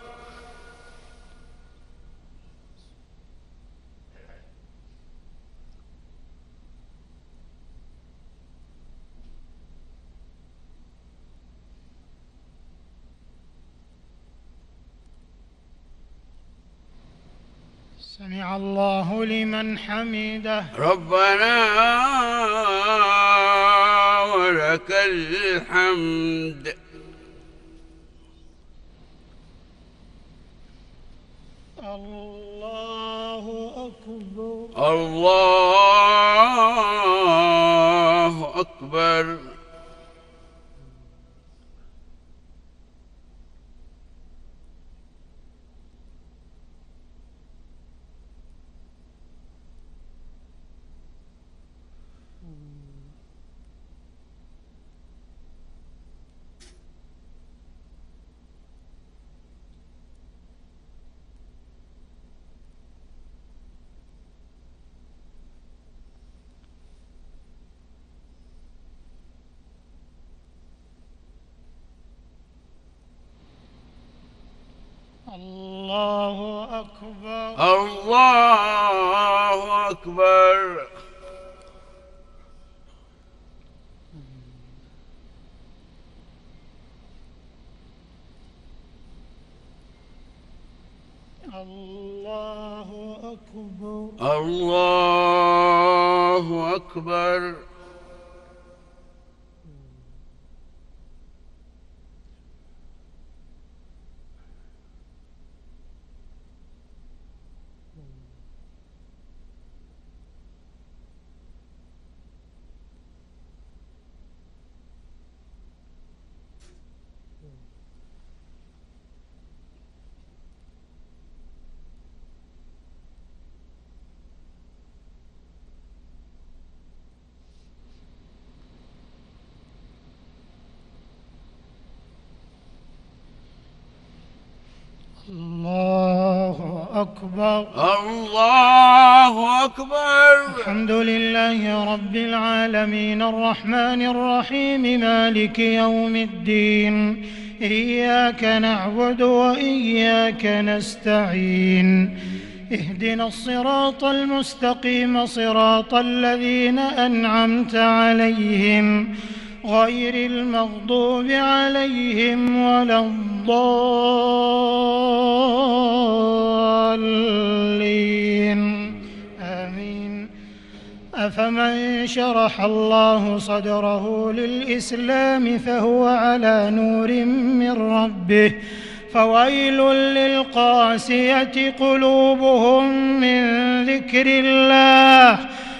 Speaker 3: سمع الله لمن حمده.
Speaker 1: ربنا ولك الحمد.
Speaker 3: الله أكبر.
Speaker 1: الله أكبر.
Speaker 3: الله أكبر.
Speaker 1: الله أكبر.
Speaker 3: الله أكبر.
Speaker 1: الله أكبر.
Speaker 3: الله أكبر.
Speaker 1: الله أكبر.
Speaker 3: الحمد لله رب العالمين الرحمن الرحيم مالك يوم الدين إياك نعبد وإياك نستعين اهدنا الصراط المستقيم صراط الذين أنعمت عليهم غير المغضوب عليهم ولا الضالين آمين. أفمن شرح الله صدره للإسلام فهو على نور من ربه فويل للقاسية قلوبهم من ذكر الله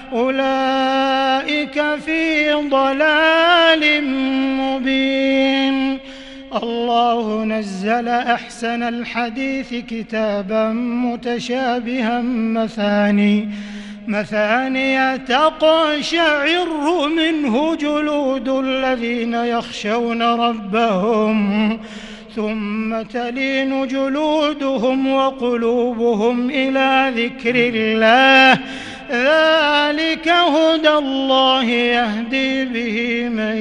Speaker 3: أولئك في ضلال مبين. الله نزل أحسن الحديث كتابا متشابها مثانية تقشعر منه جلود الذين يخشون ربهم ثم تلين جلودهم وقلوبهم إلى ذكر الله ذلك هدى الله يهدي به من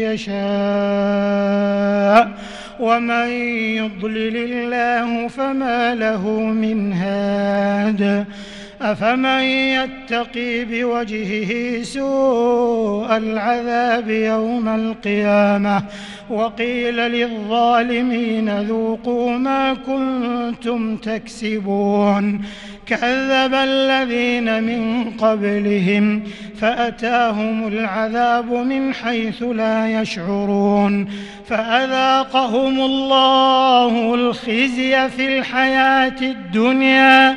Speaker 3: يشاء ومن يضلل الله فما له من هاد. أفمن يتقي بوجهه سوء العذاب يوم القيامة وقيل للظالمين ذوقوا ما كنتم تكسبون كذب الذين من قبلهم فأتاهم العذاب من حيث لا يشعرون فأذاقهم الله الخزي في الحياة الدنيا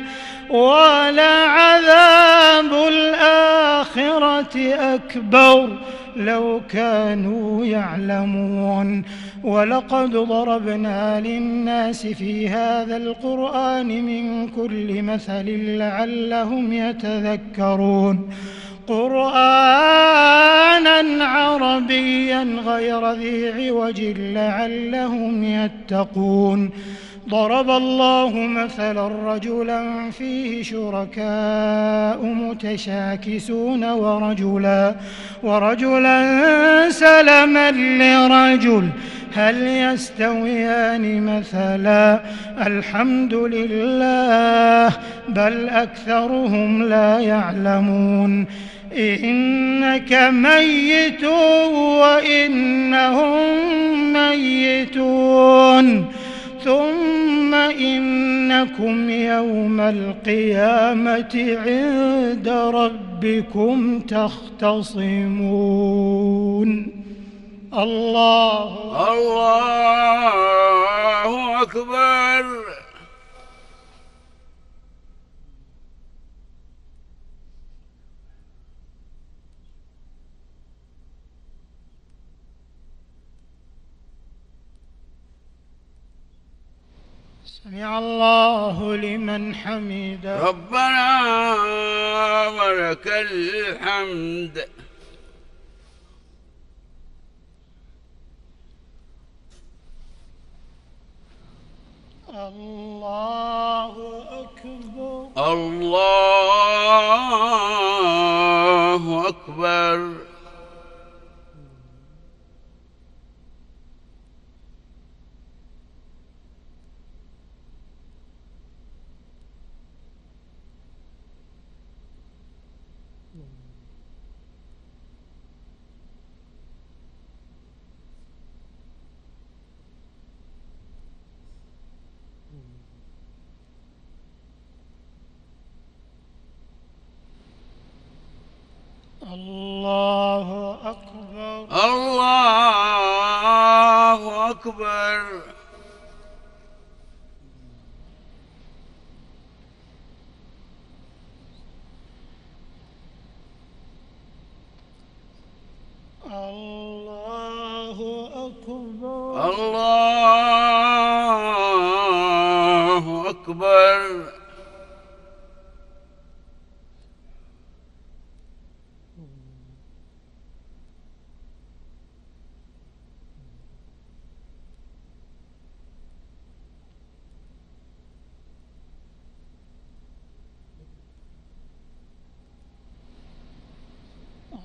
Speaker 3: ولعذاب الآخرة أكبر لو كانوا يعلمون. ولقد ضربنا للناس في هذا القرآن من كل مثل لعلهم يتذكرون قرآنا عربيا غير ذي عوج لعلهم يتقون. ضرب الله مثلا رجلا فيه شركاء متشاكسون ورجلا سلما لرجل هل يستويان مثلا الحمد لله بل أكثرهم لا يعلمون. إنك ميت وإنهم ميتون ثم إنكم يوم القيامة عند ربكم تختصمون.
Speaker 1: الله أكبر.
Speaker 3: سمع الله لمن حمده.
Speaker 1: ربنا ولك الحمد.
Speaker 3: الله أكبر.
Speaker 1: الله أكبر.
Speaker 3: الله أكبر.
Speaker 1: الله أكبر.
Speaker 3: الله أكبر.
Speaker 1: الله أكبر.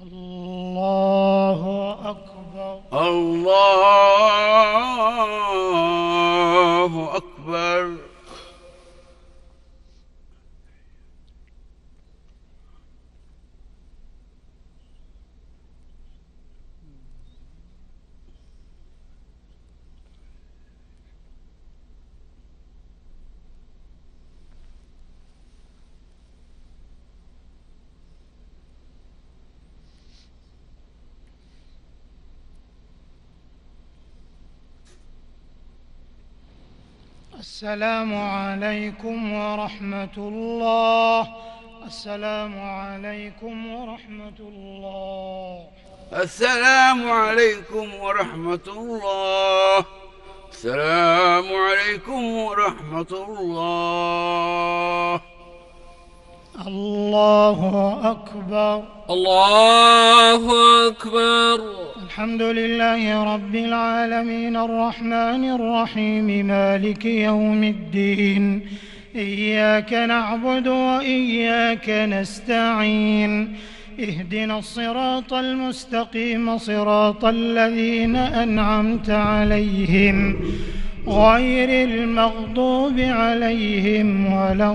Speaker 3: الله أكبر.
Speaker 1: الله أكبر.
Speaker 3: السلام عليكم ورحمة الله. السلام عليكم ورحمة الله.
Speaker 1: السلام عليكم ورحمة الله. السلام عليكم ورحمة الله.
Speaker 3: الله أكبر.
Speaker 2: الله أكبر.
Speaker 3: الحمد لله رب العالمين الرحمن الرحيم مالك يوم الدين. إياك نعبد وإياك نستعين. اهدنا الصراط المستقيم صراط الذين أنعمت عليهم غير المغضوب عليهم ولا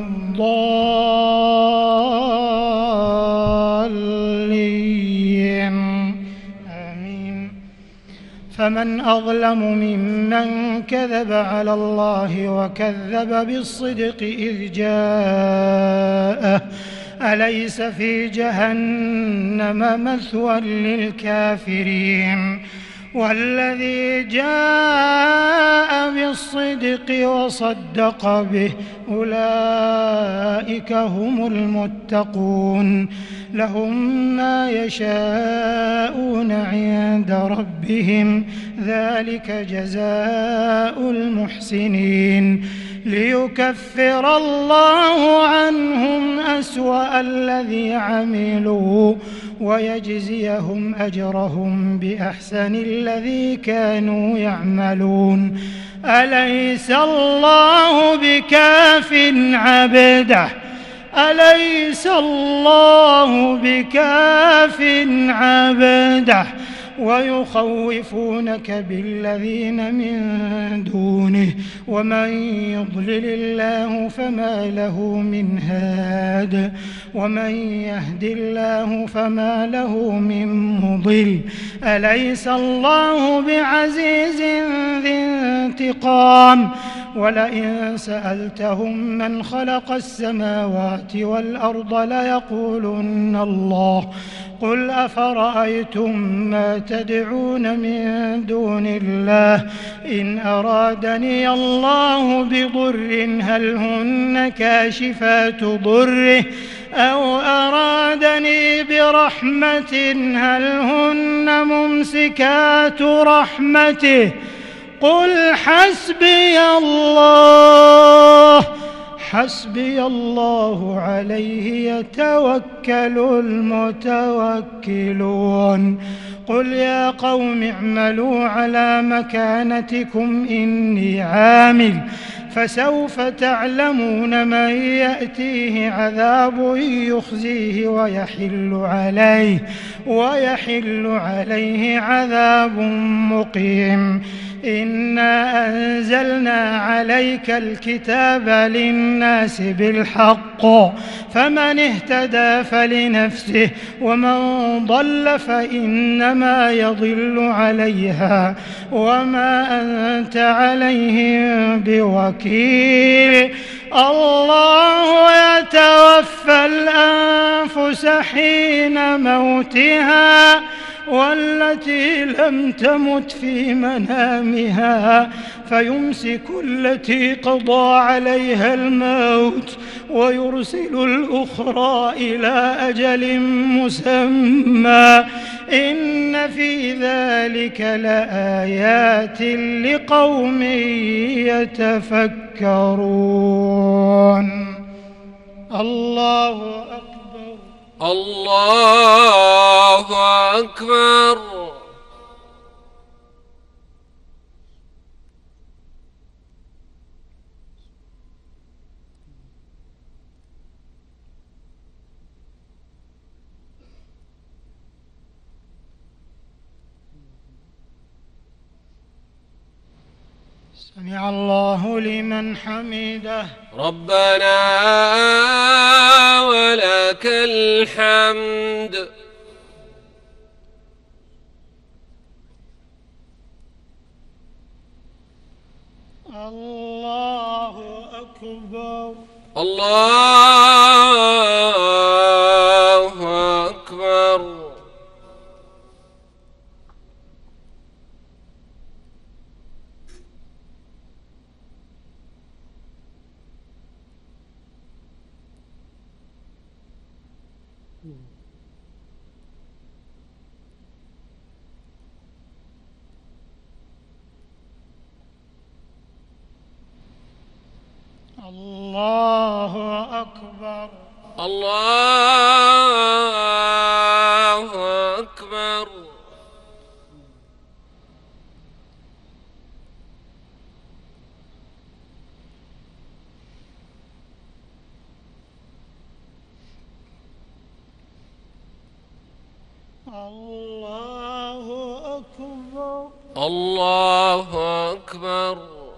Speaker 3: الضالين. آمين. فمن أظلم ممن كذب على الله وكذب بالصدق إذ جاءه أليس في جهنم مثوى للكافرين والذي جاء بالصدق وصدق به أولئك هم المتقون لهم ما يشاءون عند ربهم ذلك جزاء المحسنين ليكفر الله عنهم أسوأ الذي عملوا ويجزيهم أجرهم بأحسن الذي كانوا يعملون. أليس الله بكاف عبده أليس الله بكاف عبده ويخوفونك بالذين من دونه ومن يضلل الله فما له من هاد ومن يهد الله فما له من مضل. أليس الله بعزيز ذي انتقام ولئن سألتهم من خلق السماوات والأرض ليقولن الله قل أفرأيتم ما تدعون من دون الله إن أرادني الله بضر هل هن كاشفات ضره أو أرادني برحمة هل هن ممسكات رحمته قل حسبي الله عليه يتوكل المتوكلون. قل يا قوم اعملوا على مكانتكم إني عامل فسوف تعلمون من يأتيه عذاب يخزيه ويحل عليه عذاب مقيم. إنا أنزلنا عليك الكتاب للناس بالحق فمن اهتدى فلنفسه ومن ضل فإنما يضل عليها وما أنت عليهم بوكيل. الله يتوفى الأنفس حين موتها والتي لم تمت في منامها فيمسك التي قضى عليها الموت ويرسل الأخرى إلى أجل مسمى إن في ذلك لآيات لقوم يتفكرون. الله أكبر.
Speaker 2: الله أكبر.
Speaker 3: سمع الله لمن حمده.
Speaker 4: ربنا ولك الحمد.
Speaker 3: الله أكبر.
Speaker 4: الله أكبر.
Speaker 3: الله أكبر.
Speaker 4: الله أكبر.
Speaker 3: الله أكبر.
Speaker 4: الله أكبر.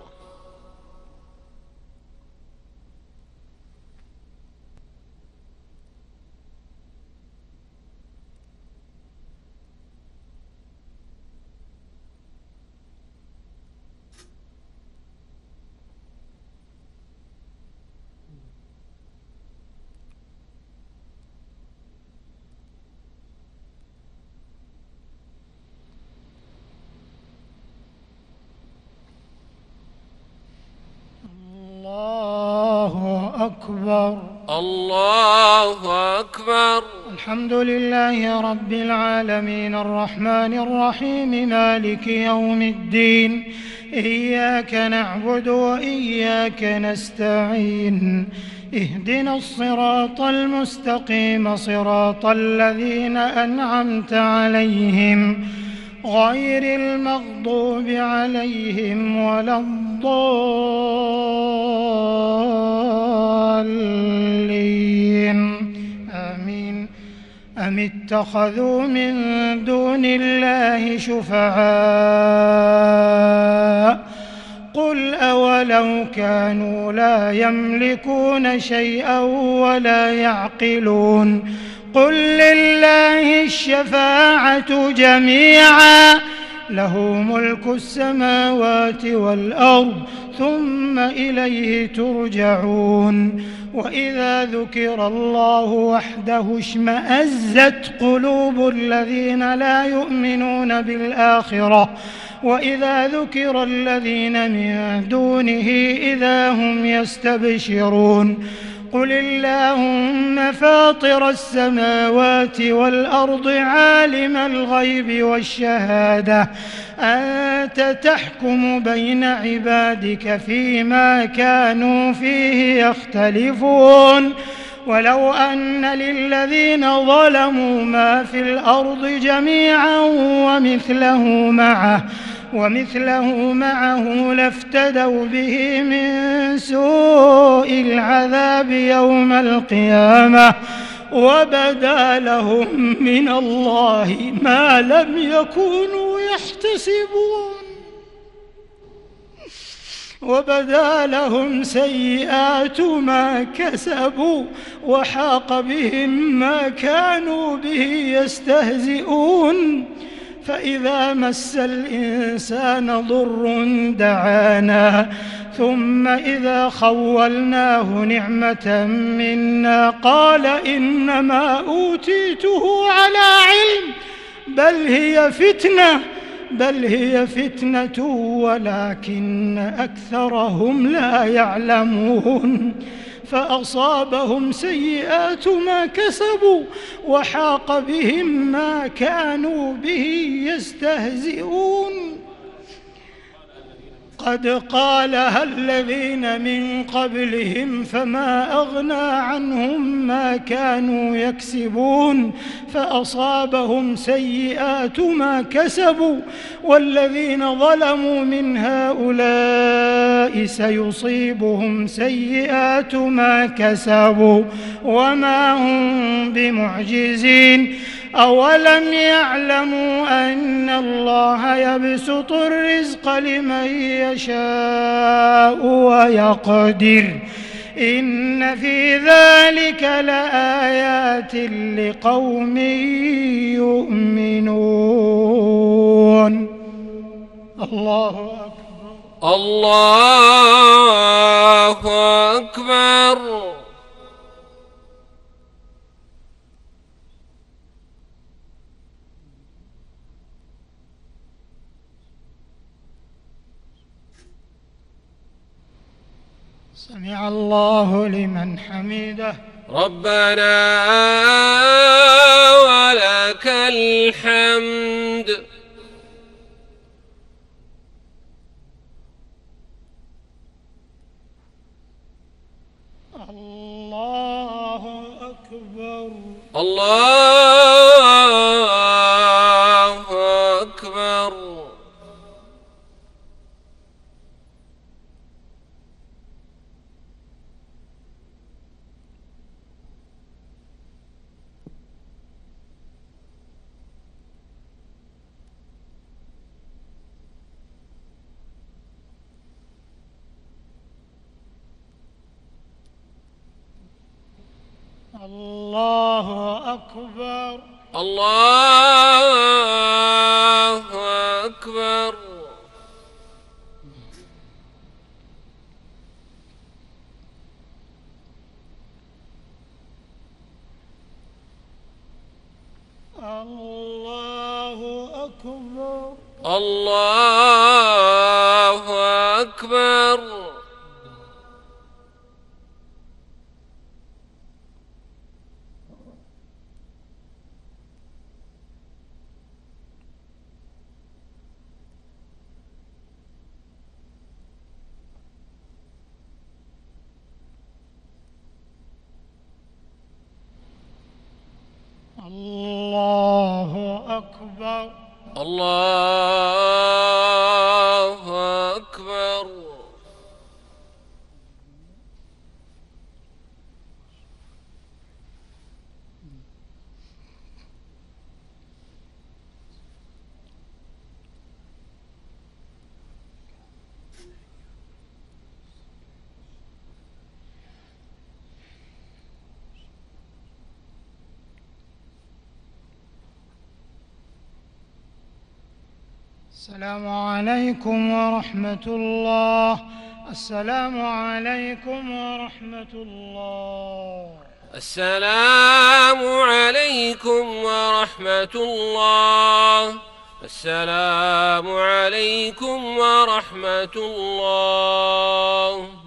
Speaker 3: الله أكبر.
Speaker 4: الله أكبر.
Speaker 3: الحمد لله رب العالمين الرحمن الرحيم مالك يوم الدين. إياك نعبد وإياك نستعين. اهدنا الصراط المستقيم صراط الذين أنعمت عليهم غير المغضوب عليهم ولا الضالين آمين. أم اتخذوا من دون الله شفعاء قل أولو كانوا لا يملكون شيئا ولا يعقلون قل لله الشفاعة جميعا له ملك السماوات والأرض ثم إليه ترجعون. وإذا ذكر الله وحده اشمأزت قلوب الذين لا يؤمنون بالآخرة وإذا ذكر الذين من دونه إذا هم يستبشرون. قل اللهم فاطر السماوات والأرض عالم الغيب والشهادة أنت تحكم بين عبادك فيما كانوا فيه يختلفون. ولو أن للذين ظلموا ما في الأرض جميعا ومثله معه لافتدوا به من سوء العذاب يوم القيامة وبدا لهم من الله ما لم يكونوا يحتسبون. وبدا لهم سيئات ما كسبوا وحاق بهم ما كانوا به يستهزئون. فإذا مس الإنسان ضر دعانا ثم إذا خولناه نعمة منا قال إنما أوتيته على علم بل هي فتنة ولكن أكثرهم لا يعلمون. فأصابهم سيئات ما كسبوا وحاق بهم ما كانوا به يستهزئون. قد قالها الذين من قبلهم فما أغنى عنهم ما كانوا يكسبون فأصابهم سيئات ما كسبوا والذين ظلموا من هؤلاء سيصيبهم سيئات ما كسبوا وما هم بمعجزين. أولم يعلموا أن الله يبسط الرزق لمن يشاء ويقدر إن في ذلك لآيات لقوم يؤمنون. الله أكبر.
Speaker 4: الله أكبر.
Speaker 3: سمع الله لمن حمده.
Speaker 4: ربنا ولك الحمد.
Speaker 3: الله أكبر.
Speaker 4: الله أكبر.
Speaker 3: الله أكبر.
Speaker 4: الله أكبر.
Speaker 3: الله أكبر.
Speaker 4: الله أكبر.
Speaker 3: الله أكبر.
Speaker 4: الله أكبر.
Speaker 3: السلام عليكم ورحمة الله. السلام عليكم ورحمة الله.
Speaker 4: السلام عليكم ورحمة الله. السلام عليكم ورحمة الله.